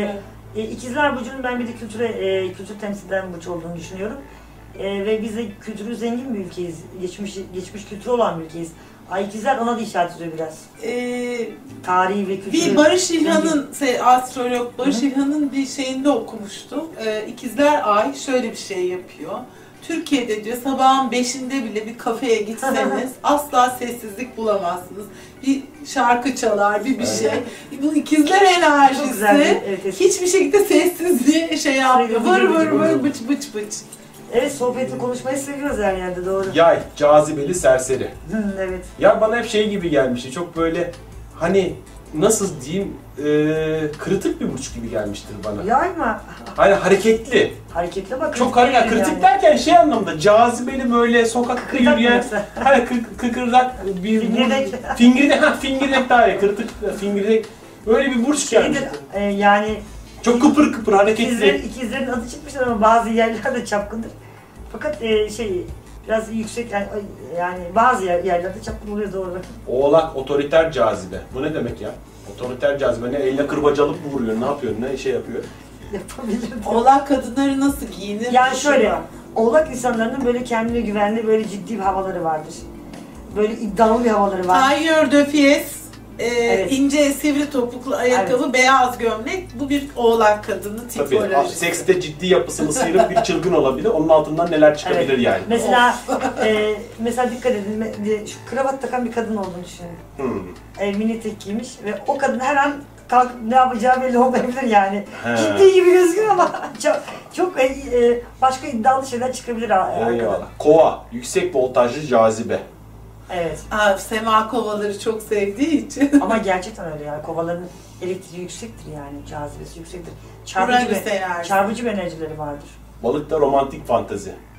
İkizler burcunun ben bir de kültür temsil eden burç olduğunu düşünüyorum. Ve biz de kültürü zengin bir ülkeyiz. Geçmiş kültürü olan bir ülkeyiz. Ay ikizler ona da işaret ediyor biraz. Tarihi ve kültürü. Bir Barış İlhan'ın, astrolog Barış İlhan'ın bir şeyinde okumuştum. İkizler Ay şöyle bir şey yapıyor. Türkiye'de diyor sabahın 5'inde bile bir kafeye gitseniz asla sessizlik bulamazsınız. Bir şarkı çalar, bir şey. Bu ikizler enerjisi evet. hiçbir şekilde sessizliği şey yapmıyor. Vır bıç bıç bıç. Evet, sohbetli konuşmayı seviyoruz her yerde, doğru. Yay, cazibeli, serseri. Evet. Ya bana hep şey gibi gelmişti, çok böyle hani nasıl diyeyim, kırıtık bir burç gibi gelmiştir bana. Yay mı? Hani hareketli. Hareketli bak. Çok kritik derken şey anlamda, cazibeli, böyle sokakta yürüyen, kıkırdak bir fingirdek daha iyi, fingirdek, böyle bir burç gelmişti. Yani çok kıpır kıpır hareketli. İkizlerin adı çıkmışlar ama bazı yerlerde çapkındır. Fakat biraz yüksek, yani bazı yerlerde çapkın oluyor, doğru. Oğlak, otoriter cazibe. Bu ne demek ya? Otoriter cazibe ne? Elle kırbacalık mı vuruyor? Ne yapıyor? Ne şey yapıyor? Yapabilir. Oğlak kadınları nasıl giyinir? Yani şöyle, Oğlak insanlarının böyle kendine güvenli, böyle ciddi bir havaları vardır. Böyle iddialı bir havaları var. Tailleur de Fies, evet. ince sivri topuklu ayakkabı, evet. Beyaz gömlek. Bu bir Oğlak kadını tipolojisi. Tabii, sekste ciddi yapısını sıyırıp bir çılgın olabilir. Onun altından neler çıkabilir, evet. Yani. Mesela dikkat edin, şu kravat takan bir kadın olduğunu düşünün. Mini tek giymiş ve o kadın her an kalkıp ne yapacağı belli olmayabilir yani. Ciddi gibi gözüküyor ama çok başka iddialı şeyler çıkabilir arkadan. Kova, yüksek voltajlı cazibe. Evet. Sema kovaları çok sevdiği için. Ama gerçekten öyle yani. Kovaların elektriği yüksektir yani. Cazibesi yüksektir. Çarpıcı bir enerjileri vardır. Balıkta romantik fantezi.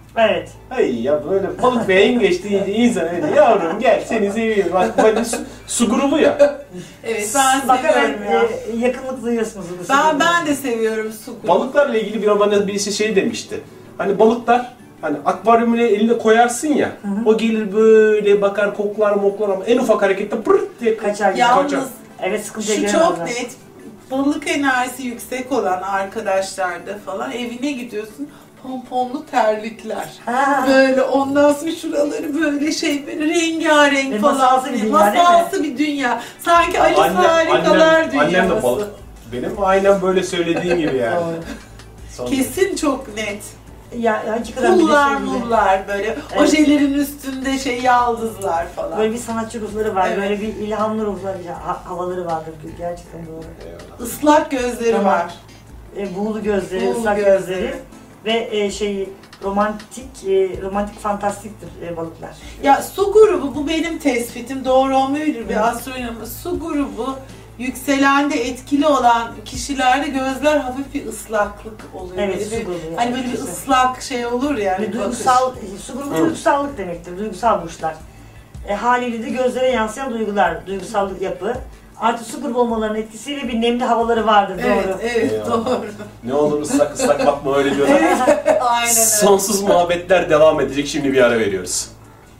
Evet. Ay ya böyle balık ve yengeç deyince insan öyle yavrum gel seni seviyorum. Bak böyle su grubu ya. Evet ben Bak seviyorum ya. yakınlık duyuyorsunuz. Ben de seviyorum su grubu. Balıklarla ilgili bir bana birisi şey demişti. Hani balıklar hani akvaryumuna eline koyarsın ya. O gelir böyle bakar koklar moklar ama en ufak harekette pırt diye Kaçar. Yalnız Evet, sıkıntıya şu giremezler. çok net. Balık enerjisi yüksek olan arkadaşlarda falan evine gidiyorsun. Pomponlu terlikler. Ha. Böyle ondan sonra şuraları böyle şey böyle rengarenk falan. Masalsı bir dünya, değil mi? Masalsı bir dünya. Sanki Alice Harikalar dünyası. Annem de balık. Benim aynen böyle söylediğin gibi yani. Sonra. Kesin çok net. Ya hakikaten bir de Pullar şey gibi. mullar böyle. Evet. Ojelerin üstünde şey yaldızlar falan. Böyle bir sanatçı ruhları var, Evet. böyle bir ilhamlı ruhları, havaları vardır gerçekten doğru. Islak gözleri Tamam. var. Buğulu gözleri, Buğulu ıslak gözleri. gözleri ve romantik fantastiktir balıklar. Ya su grubu bu benim tespitim doğru olmayabilir bir astronomi. Su grubu yükselende etkili olan kişilerde gözler hafif bir ıslaklık oluyor. Evet, Böyle su bir- grubu yani. Hani böyle bir ıslak şey olur ya. Yani bir bakış. duygusal, su grubu duygusallık demektir, duygusal burçlar. Haliyle de gözlere yansıyan duygular, duygusal yapı. Artı su grubu olmalarının etkisiyle bir nemli havaları vardır, Evet, doğru. evet Eyvallah. doğru. Ne olur ıslak bakma öyle diyorlar. Aynen öyle. Sonsuz muhabbetler devam edecek. Şimdi bir ara veriyoruz.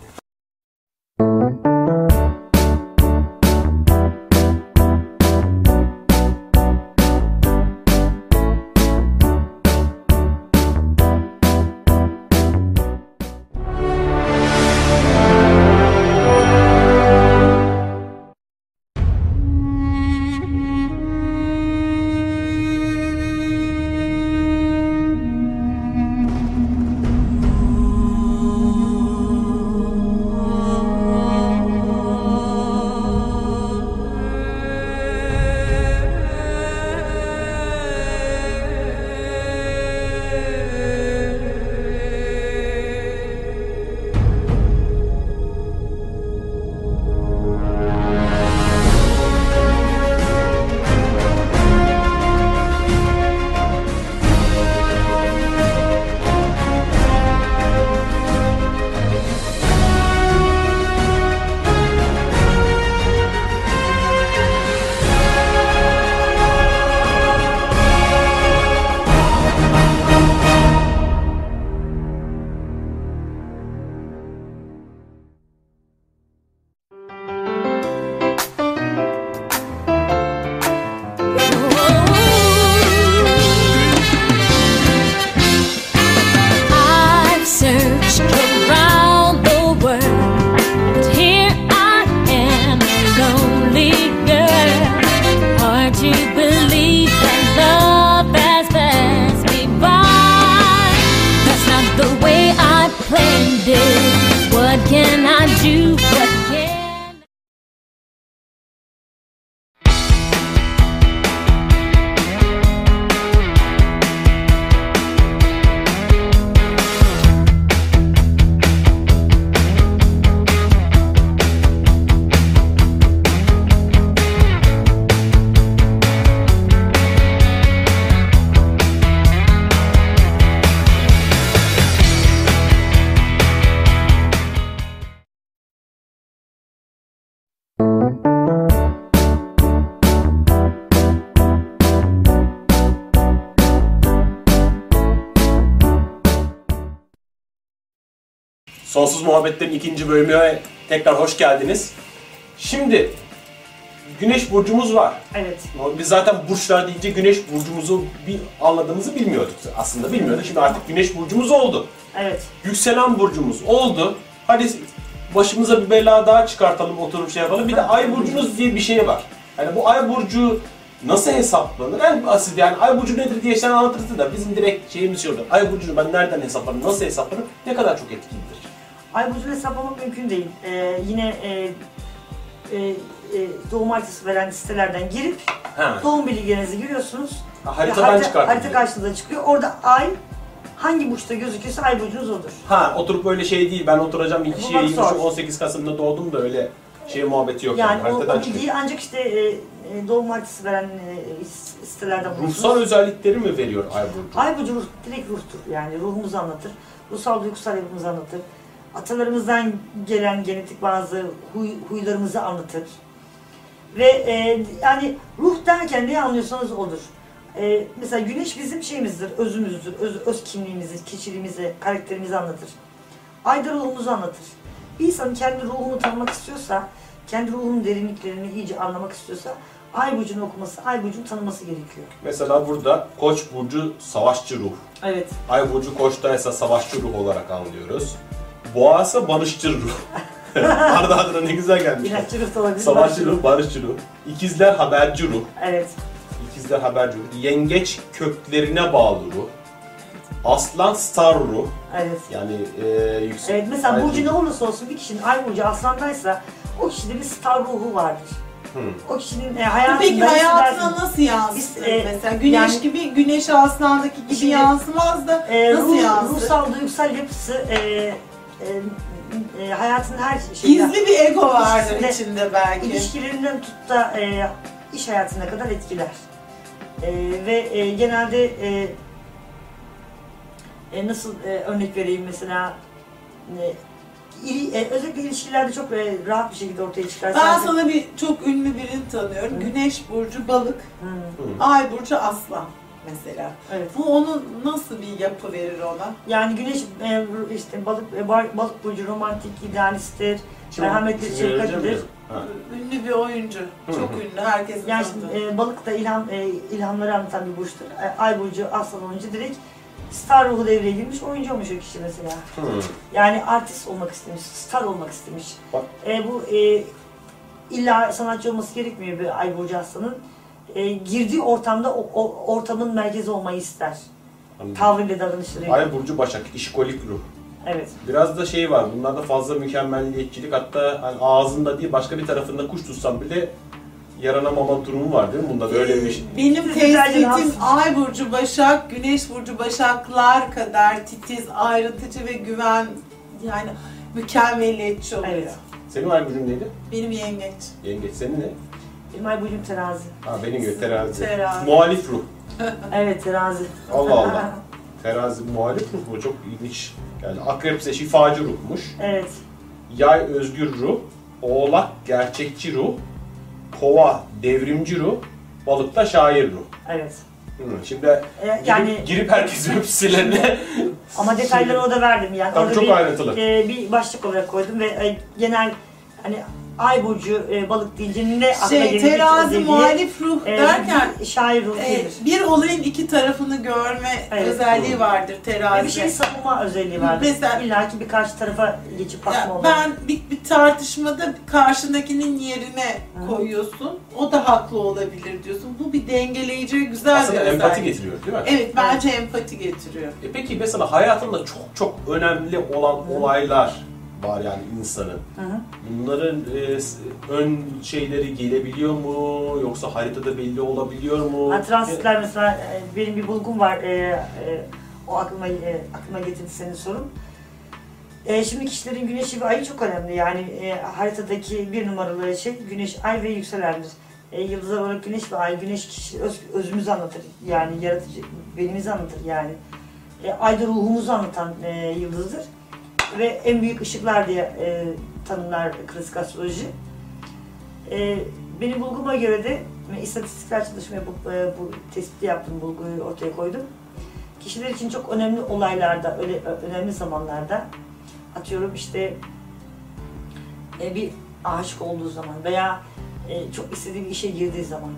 I've searched around the world, but here I am, a lonely girl. Hard to believe that love has passed me by. That's not the way I planned it. What can I do? What can Sonsuz Muhabbetlerin ikinci bölümüne tekrar hoş geldiniz. Şimdi Güneş burcumuz var. Evet. Biz zaten burçlar deyince Güneş burcumuzu anladığımızı bilmiyorduk aslında. Bilmiyorduk. Şimdi artık Güneş burcumuz oldu. Evet. Yükselen burcumuz oldu. Hadi başımıza bir bela daha çıkartalım, oturup şey yapalım. Bir de Ay burcumuz diye bir şey var. Yani bu Ay burcu nasıl hesaplanır? En basit yani Ay burcu nedir diye sen anlatırsın da bizim direkt şeyimiz şey olur. Ay burcunu ben nereden hesaplarım, nasıl hesaplarım, ne kadar çok etkilidir? Ay burcunu hesaplamak mümkün değil. Yine doğum haritası veren sitelerden girip Ha. doğum bilgilerinizi giriyorsunuz. Haritadan çıkartın. Harita karşınıza çıkıyor. Orada ay hangi burçta gözüküyorsa ay burcunuz odur. Ha, oturup öyle şey değil, ben oturacağım Bu iki bak şeye zor. 18 Kasım'da doğdum da öyle şey muhabbeti yok yani. Yani o Haritadan bilgiyi çıkıyor. ancak işte doğum haritası veren sitelerden bulursunuz. Ruhsal özellikleri mi veriyor Ay burcu? Ay burcu direkt ruhtur. Yani ruhumuzu anlatır. Ruhsal duygusal yapımızı anlatır. Atalarımızdan gelen genetik bazı huylarımızı anlatır. Ve yani ruh derken ne anlıyorsanız odur. Mesela güneş bizim şeyimizdir, özümüzdür, öz kimliğimizi, kişiliğimizi, karakterimizi anlatır. Ay da ruhumuzu anlatır. Bir insan kendi ruhunu tanımak istiyorsa, kendi ruhunun derinliklerini iyice anlamak istiyorsa Ay burcunu okuması, Ay burcunu tanıması gerekiyor. Mesela burada Koç burcu savaşçı ruh. Evet. Ay burcu Koç'taysa savaşçı ruh olarak anlıyoruz. Boğa ise barışçı ruh. Arda ardına ne güzel gelmiş. İlaççı ruh da olabilir. Savaşçı ruh, barışçı ruh. İkizler haberci ruh. Evet. İkizler haberci ruh. Yengeç köklerine bağlı ruh. Aslan star ruh. Evet. Yani yüksek. Evet, mesela Ay burcu ne ruh. olursa olsun bir kişinin Ay burcu Aslan'daysa o kişide bir star ruhu vardır. O kişinin hayatında Peki hayatına hissedersin. nasıl yansıtır Biz, mesela? Güneş yani- gibi, Güneş Aslan'daki gibi Şimdi, yansımaz da nasıl yansır? ruhsal, duygusal yapısı hayatın her şeyinde, Gizli bir ego vardır İlişkisinde- içinde belki. ilişkilerinden tut da iş hayatına kadar etkiler. Ve genelde nasıl örnek vereyim mesela özellikle ilişkilerde çok rahat bir şekilde ortaya çıkar. Ben Sadece- sana çok ünlü birini tanıyorum. Güneş burcu balık, Hı, Ay burcu aslan mesela. evet. Bu onun nasıl bir yapı verir ona? Yani güneş işte balık burcu romantik, idealisttir, Şimdi merhametli, sizi vereceğim şefkatlidir. ya. Ha. Ünlü bir oyuncu. Çok ünlü. Herkesin Yani tanıdığı. balık da ilhamları anlatan bir burçtur. Ay burcu aslan olunca direkt star ruhu devreye girmiş oyuncu olmuş o kişi mesela. Yani artist olmak istemiş, star olmak istemiş. Bak. Bu illa sanatçı olması gerekmiyor bir Ay burcu aslanın. Girdiği ortamda o ortamın merkezi olmayı ister. Anladım. Tavrıyla, davranışlarıyla. Ay burcu Başak, işkolik ruh. Evet. Biraz da şey var, bunlarda fazla mükemmelliyetçilik, hatta hani ağzında değil başka bir tarafında kuş tutsam bile yaranamama durumu var değil mi? Bunda böyle bir şey. Benim Güzelce tespitim yansımış. Ay burcu Başak, Güneş burcu Başaklar kadar titiz, ayrıntıcı ve güven yani mükemmelliyetçi oluyor. Evet. Senin ay burcun neydi? Benim yengeç. Yengeç. Senin ne? Benim Ay burcum terazi. Ha benim gibi terazi. Terazi. Muhalif ruh. Evet, terazi. Allah Allah. Terazi muhalif ruh bu çok ilginç. Yani akrep ise şifacı ruhmuş. Evet. Yay özgür ruh. Oğlak gerçekçi ruh. Kova devrimci ruh. Balık da şair ruh. Evet. Şimdi Yani girip herkesin web ama detayları o da verdim yani. Tabii Orada çok bir, ayrıntılı. Bir başlık olarak koydum ve genel hani Ay burcu balık deyince ne aklına gelecek Terazi özelliği, muhalif ruh derken bir şair ruhu gelir. bir olayın iki tarafını görme Evet. özelliği vardır Ve terazi. bir şey savunma özelliği vardır. Mesela- İlla ki bir karşı tarafa geçip bakma Ya olur. ben bir tartışmada karşındakinin yerine koyuyorsun. O da haklı olabilir diyorsun. Bu bir dengeleyici, güzel Aslında bir empati özellik. getiriyor değil mi? Evet, bence empati getiriyor. Peki mesela hayatında çok çok önemli olan olaylar var yani insanın. Hı hı. Bunların ön şeyleri gelebiliyor mu? Yoksa haritada belli olabiliyor mu? Transitler mesela benim bir bulgum var. O aklıma getirdi senin sorun. Şimdi kişilerin güneşi ve ayı çok önemli. Yani haritadaki bir numaralı şey güneş, ay ve yükselendir. Yıldızlar olarak güneş ve ay, güneş kişi özümüzü anlatır. Yani yaratıcı, benimizi anlatır yani. Ay da ruhumuzu anlatan yıldızdır. Ve en büyük ışıklar diye tanımlar klasik astroloji. Benim bulguma göre de istatistikler çalışma yapıp bu tespiti yaptım, bulguyu ortaya koydum. Kişiler için çok önemli olaylarda, önemli zamanlarda atıyorum işte bir aşık olduğu zaman veya çok istediği bir işe girdiği zaman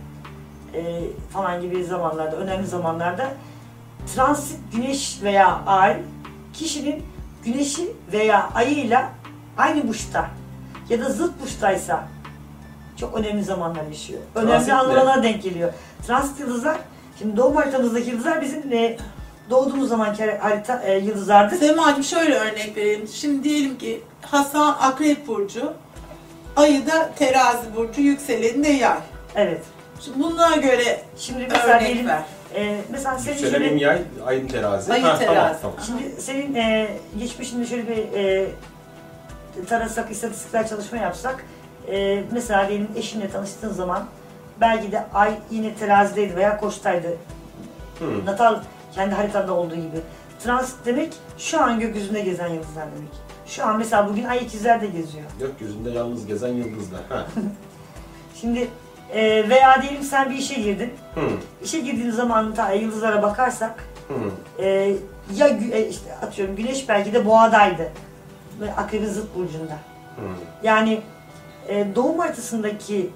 falan gibi zamanlarda, önemli zamanlarda transit güneş veya ay kişinin güneşi veya ayıyla aynı burçta ya da zıt burçtaysa çok önemli zamanlar yaşıyor. Önemli Transit ne? anlara denk geliyor. Transit yıldızlar, şimdi doğum haritamızdaki yıldızlar bizim doğduğumuz zamanki harita yıldızlardır. Semacığım şöyle örnek verelim. Şimdi diyelim ki Hasan Akrep burcu, Ayı da Terazi burcu, yükseleni de Yay. Evet. Şimdi bunlara göre Şimdi mesela örnek diyelim, ver. mesela senin Yükselenim şöyle, yay, ayın terazi. Ayın Ha, terazi. Tamam. şimdi senin geçmişinde şöyle bir tarasak, istatistikler çalışma yapsak, Mesela diyelim eşinle tanıştığın zaman belki de ay yine terazideydi veya koçtaydı. Natal kendi haritanda olduğu gibi. Transit demek şu an gökyüzünde gezen yıldızlar demek. Şu an mesela bugün ay ikizlerde geziyor. Gökyüzünde yalnız gezen yıldızlar. Ha. Şimdi veya diyelim sen bir işe girdin. İşe girdiğin zaman yıldızlara bakarsak ya işte atıyorum güneş belki de boğadaydı ve akrebin zıt burcunda. Yani doğum haritasındaki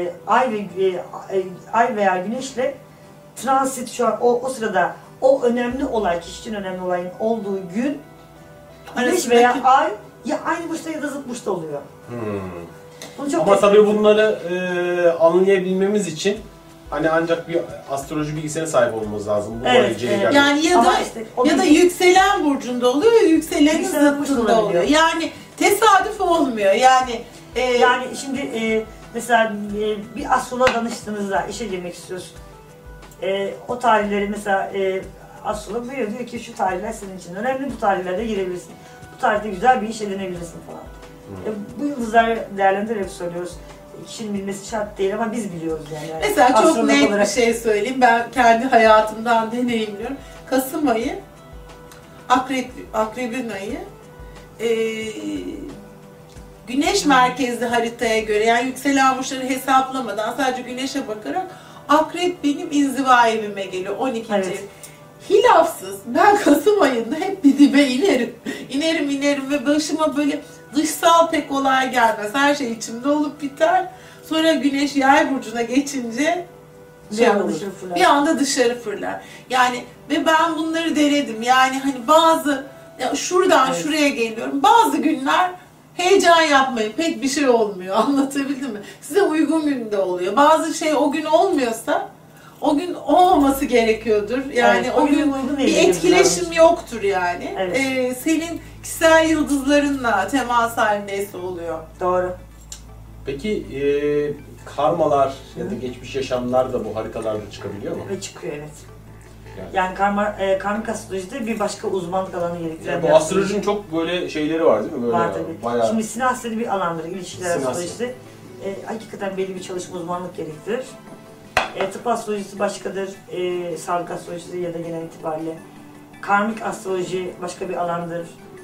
ay veya güneşle transit şu an o sırada o önemli olay, kişi için önemli olayın olduğu gün güneş veya ay ya aynı burçta ya da zıt burçta oluyor. Ama tabii bunları anlayabilmemiz için hani ancak bir astroloji bilgisine sahip olmamız lazım. Bu yani ya da yükselen burcunda oluyor ya yükselenin zıttında oluyor. Yani tesadüf olmuyor. Yani şimdi mesela bir astroloğa danıştığınızda işe girmek istiyorsun. O tarihleri mesela astrolog veriyor, diyor ki şu tarihler senin için önemli, bu tarihlerde girebilirsin. Bu tarihte güzel bir iş edinebilirsin falan. Bu yıldızları değerlendirerek söylüyoruz. Kişinin bilmesi şart değil ama biz biliyoruz yani. Mesela çok net bir şey söyleyeyim. Ben kendi hayatımdan deneyimliyorum. Kasım ayı, Akrebin ayı, Güneş merkezli haritaya göre yani yükselen burçları hesaplamadan sadece Güneş'e bakarak Akrep benim inziva evime geliyor 12. ev. Hilafsız ben Kasım ayında hep bir dibe inerim. İnerim ve başıma böyle dışsal pek olay gelmez. Her şey içimde olup biter. Sonra Güneş Yay burcuna geçince bir anda dışarı fırlar. Yani ve ben bunları denedim. Yani hani bazı şuradan şuraya geliyorum. Bazı günler heyecan yapmayın. Pek bir şey olmuyor. Anlatabildim mi? Size uygun günde oluyor. Bazı şey o gün olmuyorsa o gün olmaması gerekiyordur. Yani o gün bir etkileşim yoktur yani. Evet. Senin kişisel yıldızlarınla temas halindeyse oluyor. Doğru. Peki karmalar ya da geçmiş yaşamlar da bu haritalarda çıkabiliyor mu? Ve çıkıyor evet. Yani karmik astrolojide bir başka uzmanlık alanı gerektiren yani bu astrolojinin çok böyle şeyleri var değil mi? Böyle var tabii. Bayağı... Şimdi sinastri bir alandır. İlişkiler astrolojisi. Hakikaten belli bir çalışma uzmanlık gerektirir. Tıp astrolojisi başkadır. Sağlık astrolojisi ya da genel itibariyle. Karmik astroloji başka bir alandır.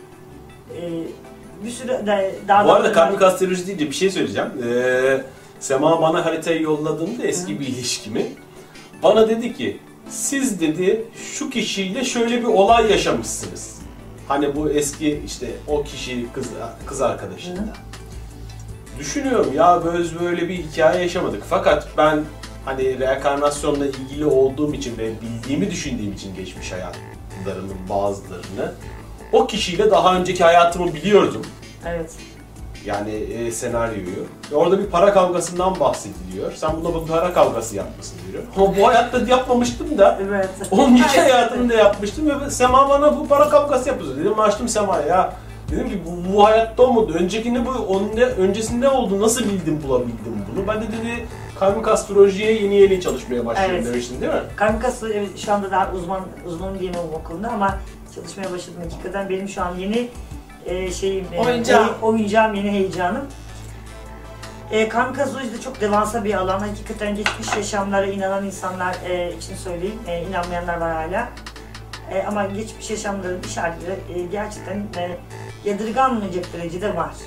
Bir sürü daha bu arada karmik astroloji deyince bir şey söyleyeceğim. Sema bana haritayı yolladığında eski bir ilişkimi bana dedi ki siz dedi şu kişiyle şöyle bir olay yaşamışsınız. Hani bu eski işte o kişi kız arkadaşıyla. Düşünüyorum ya böyle bir hikaye yaşamadık. Fakat ben hani reenkarnasyonla ilgili olduğum için ve bildiğimi düşündüğüm için geçmiş hayatlarımın bazılarını o kişiyle daha önceki hayatımı biliyordum. Evet. Yani senaryoyu. Orada bir para kavgasından bahsediliyor. Sen buna bir para kavgası yapmasın diyor. Ama bu hayatta yapmamıştım da. Evet. Onun iki hayatını da yapmıştım ve Sema bana bu para kavgası yapıyor. Dedim açtım Sema'ya ya. Dedim ki bu hayatta olmadı. Öncekinde öncesinde oldu. Nasıl bulabildim bunu? Ben de dedi karmik astrolojiye yeni çalışmaya başlıyorum demiştin değil mi? Karmik astroloji evet, şu anda daha uzmanım diyemem o konuda ama çalışmaya başladım hakikaten. Benim şu an yeni oyuncağım, yeni heyecanım. Karmik astroloji de çok devasa bir alan. Hakikaten geçmiş yaşamlara inanan insanlar için söyleyeyim. İnanmayanlar var hala. Ama geçmiş yaşamların işaretleri gerçekten yadırganmayacak derecede var.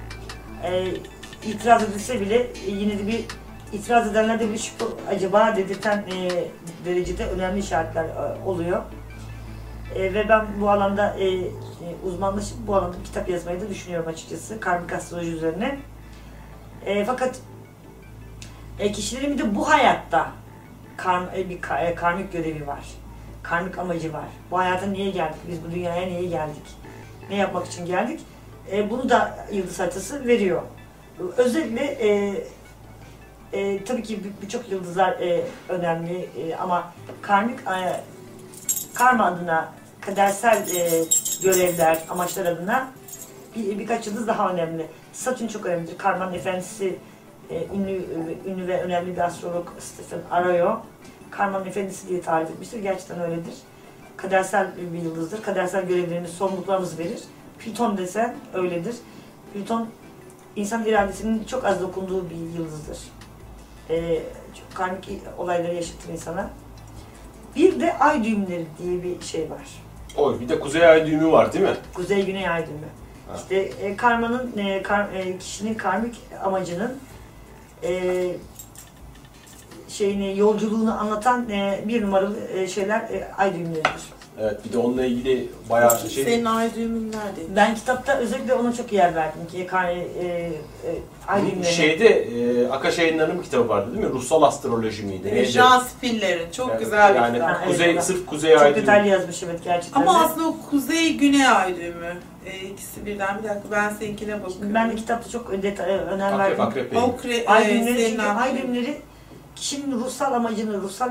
İtiraz edilse bile yine de bir itiraz edenlerde bir şüphe acaba dedirten derecede önemli işaretler oluyor. Ve ben bu alanda uzmanlaşıp bu alanda bir kitap yazmayı da düşünüyorum açıkçası karmik astroloji üzerine. Fakat kişilerin bir de bu hayatta bir karmik görevi var. Karmik amacı var. Bu hayata niye geldik? Biz bu dünyaya niye geldik? Ne yapmak için geldik? Bunu da yıldız haritası veriyor. Özellikle tabii ki birçok yıldızlar önemli ama karma adına kadersel görevler, amaçlar adına birkaç yıldız daha önemli. Satürn çok önemlidir. Karmanın efendisi ünlü ve önemli bir astrolog Stephen Arroyo. Karmanın efendisi diye tarif etmiştir. Gerçekten öyledir. Kadersel bir yıldızdır. Kadersel görevlerini, sorumluluklarımızı verir. Plüton desen öyledir. Plüton insan iradesinin çok az dokunduğu bir yıldızdır. Çok karmik olayları yaşatır insana. Bir de ay düğümleri diye bir şey var. Oy, bir de kuzey ay düğümü var değil mi? Kuzey-güney ay düğümü. Ha. İşte karmanın, kişinin karmik amacının yolculuğunu anlatan bir numaralı şeyler ay düğümleridir. Evet, bir de onunla ilgili bayağı şey... Senin ay düğümün neredeydi? Ben kitapta özellikle ona çok yer verdim ki ay düğümleri. Şeyde Akaş Yayınları'nın bir kitabı vardı değil mi? Ruhsal astroloji miydi? Neydi? Şansfillerin çok Yani, güzel bir yani kitap. kuzey, evet, sırf kuzey ay çok düğümü. detaylı yazmış evet gerçekten. Ama aslında o kuzey-güney ay düğümü. İkisi birden. Bir dakika ben seninkine bakıyorum. Ben de kitapta çok önem verdim. Akrep Bey. Ay düğümleri senin çünkü ay düğümleri kişinin ruhsal amacını, ruhsal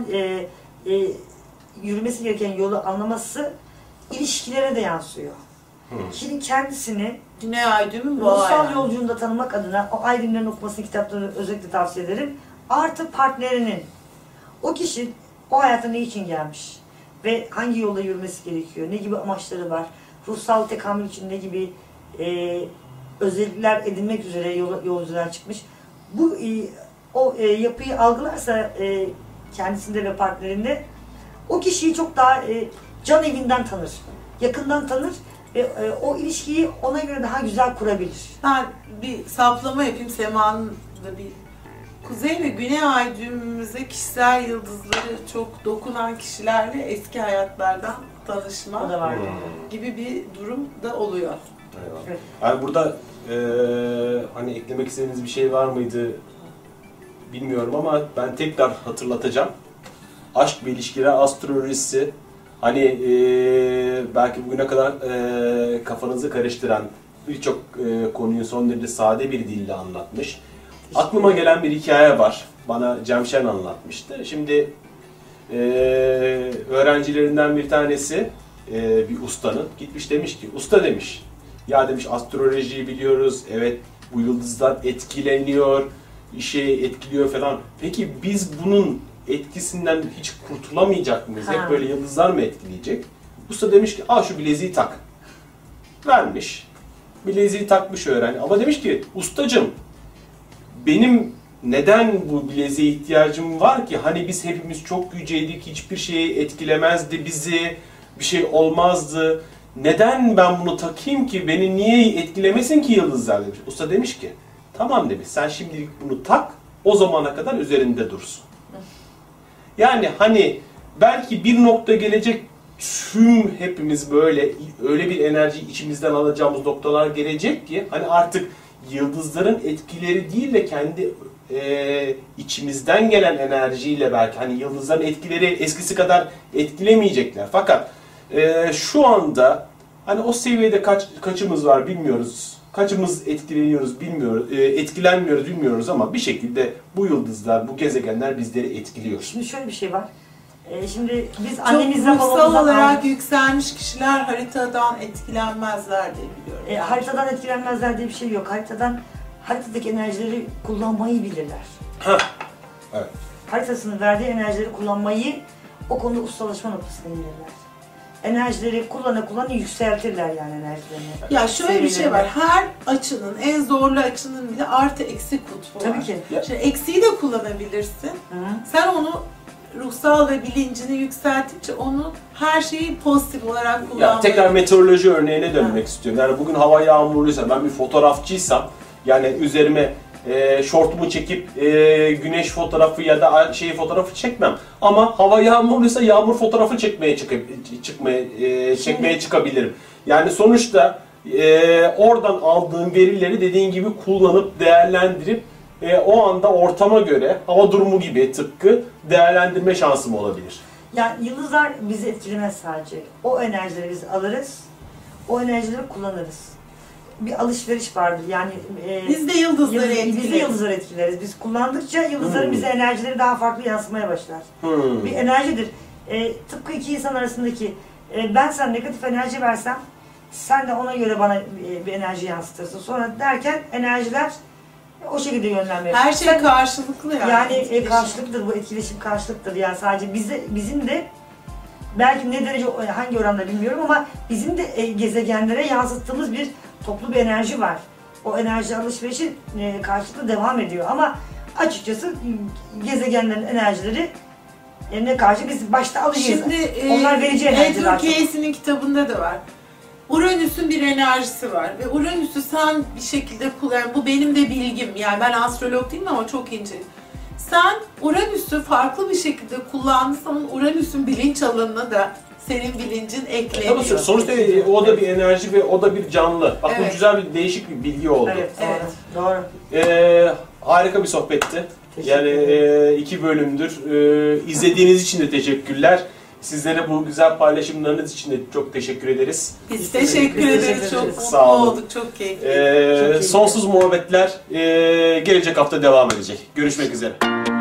yürümesi gereken yolu anlaması ilişkilere de yansıyor. Kişinin kendisini Güney ay düğümü bu ruhsal ay. yolculuğunda tanımak adına o ay düğümlerini okumasını kitaplarını özellikle tavsiye ederim. Artı partnerinin, o kişi o hayata ne için gelmiş ve hangi yolda yürümesi gerekiyor, ne gibi amaçları var, ruhsal tekamül için ne gibi özellikler edinmek üzere yolculuğa çıkmış. Bu yapıyı algılarsa kendisinde ve partnerinde o kişiyi çok daha can evinden tanır, yakından tanır ve o ilişkiyi ona göre daha güzel kurabilir. Ben bir saplama yapayım. Sema'nın da bir kuzey ve güney ay düğümümüzde kişisel yıldızları çok dokunan kişilerle eski hayatlardan tanışma O da var. gibi bir durum da oluyor. Eyvallah. Evet. Yani burada hani eklemek istediğiniz bir şey var mıydı bilmiyorum ama ben tekrar hatırlatacağım. Aşk ve ilişkiler astrolojisi hani belki bugüne kadar kafanızı karıştıran birçok konuyu son derece sade bir dille anlatmış. Aklıma gelen bir hikaye var. Bana Cemşen anlatmıştı. Şimdi öğrencilerinden bir tanesi bir ustanın gitmiş demiş ki, usta demiş, ya demiş astrolojiyi biliyoruz, evet bu yıldızlar etkileniyor, işe etkiliyor falan. Peki biz bunun etkisinden hiç kurtulamayacak mıyız? Hep böyle yıldızlar mı etkileyecek? Usta demiş ki, al şu bileziği tak. Vermiş. Bileziği takmış öğrenci. Ama demiş ki, ustacığım benim neden bu bileziğe ihtiyacım var ki? Hani biz hepimiz çok yüceydik, hiçbir şey etkilemezdi bizi, bir şey olmazdı. Neden ben bunu takayım ki? Beni niye etkilemesin ki yıldızlar demiş. Usta demiş ki, tamam demiş, sen şimdilik bunu tak, o zamana kadar üzerinde dursun. Yani hani belki bir nokta gelecek, tüm hepimiz böyle öyle bir enerji içimizden alacağımız noktalar gelecek ki hani artık yıldızların etkileri değil de kendi içimizden gelen enerjiyle belki hani yıldızların etkileri eskisi kadar etkilemeyecekler. Fakat şu anda hani o seviyede kaçımız var bilmiyoruz. Kaçımız etkileniyoruz bilmiyoruz, etkilenmiyoruz bilmiyoruz ama bir şekilde bu yıldızlar, bu gezegenler bizleri etkiliyor. Şimdi şöyle bir şey var. Şimdi biz Çok annemizden ruhsal babamızdan olarak yükselmiş kişiler haritadan etkilenmezler diye biliyorum. haritadan etkilenmezler diye bir şey yok. Haritadaki enerjileri kullanmayı bilirler. Evet. Haritasının verdiği enerjileri kullanmayı o konuda ustalaşma noktasına gelirler. Enerjileri kullanı yükseltirler yani enerjilerini. Ya şöyle bir şey var, her açının, en zorlu açının bile artı eksi kutbu var. Tabii ki. Şimdi eksiği de kullanabilirsin. Sen onu ruhsal ve bilincini yükselttikçe onu her şeyi pozitif olarak kullanmayı... Ya tekrar meteoroloji örneğine dönmek istiyorum. Yani bugün hava yağmurluysa, ben bir fotoğrafçıysam, yani üzerime şortumu çekip güneş fotoğrafı ya da fotoğrafı çekmem. Ama hava yağmurluysa yağmur fotoğrafı çekmeye çıkabilirim. Yani sonuçta oradan aldığım verileri dediğin gibi kullanıp değerlendirip o anda ortama göre hava durumu gibi tıpkı değerlendirme şansım olabilir. Yani yıldızlar bizi etkilemez sadece. O enerjileri biz alırız, o enerjileri kullanırız. Bir alışveriş vardır yani. Biz de yıldızları etkileriz. Biz de yıldızları etkileriz. Biz kullandıkça yıldızların bize enerjileri daha farklı yansımaya başlar. Bir enerjidir. Tıpkı iki insan arasındaki ben sana negatif enerji versem sen de ona göre bana bir enerji yansıtırsın. Sonra derken enerjiler o şekilde yönlenmeye. Her şey karşılıklı yani. Yani karşılıklıdır bu, etkileşim karşılıklıdır. Yani sadece bizim de belki ne derece hangi oranda bilmiyorum ama bizim de gezegenlere yansıttığımız bir toplu bir enerji var. o enerji alışverişi karşılıklı devam ediyor. Ama açıkçası gezegenlerin enerjileri ne karşı biz başta alacağız. Şimdi Onlar verici enerjiler. Andrew Casey'nin kitabında da var. Uranüs'ün bir enerjisi var ve Uranüs'ü sen bir şekilde kullan. Bu benim de bilgim. Yani ben astrolog değilim ama çok ince. Sen Uranüs'ü farklı bir şekilde kullandıysan Uranüs'ün bilinç alanına da senin bilincin ekleniyor. Tabii sonuçta o da bir enerji ve o da bir canlı. Bak Evet. bu güzel bir değişik bir bilgi oldu. Evet, Evet. doğru. Harika bir sohbetti. Teşekkür Yani 2 bölümdür. İzlediğiniz için de teşekkürler. Sizlere bu güzel paylaşımlarınız için de çok teşekkür ederiz. Biz teşekkür ederiz. Çok mutlu Sağ olun. olduk. Çok keyifli. Sonsuz muhabbetler gelecek hafta devam edecek. Görüşmek üzere.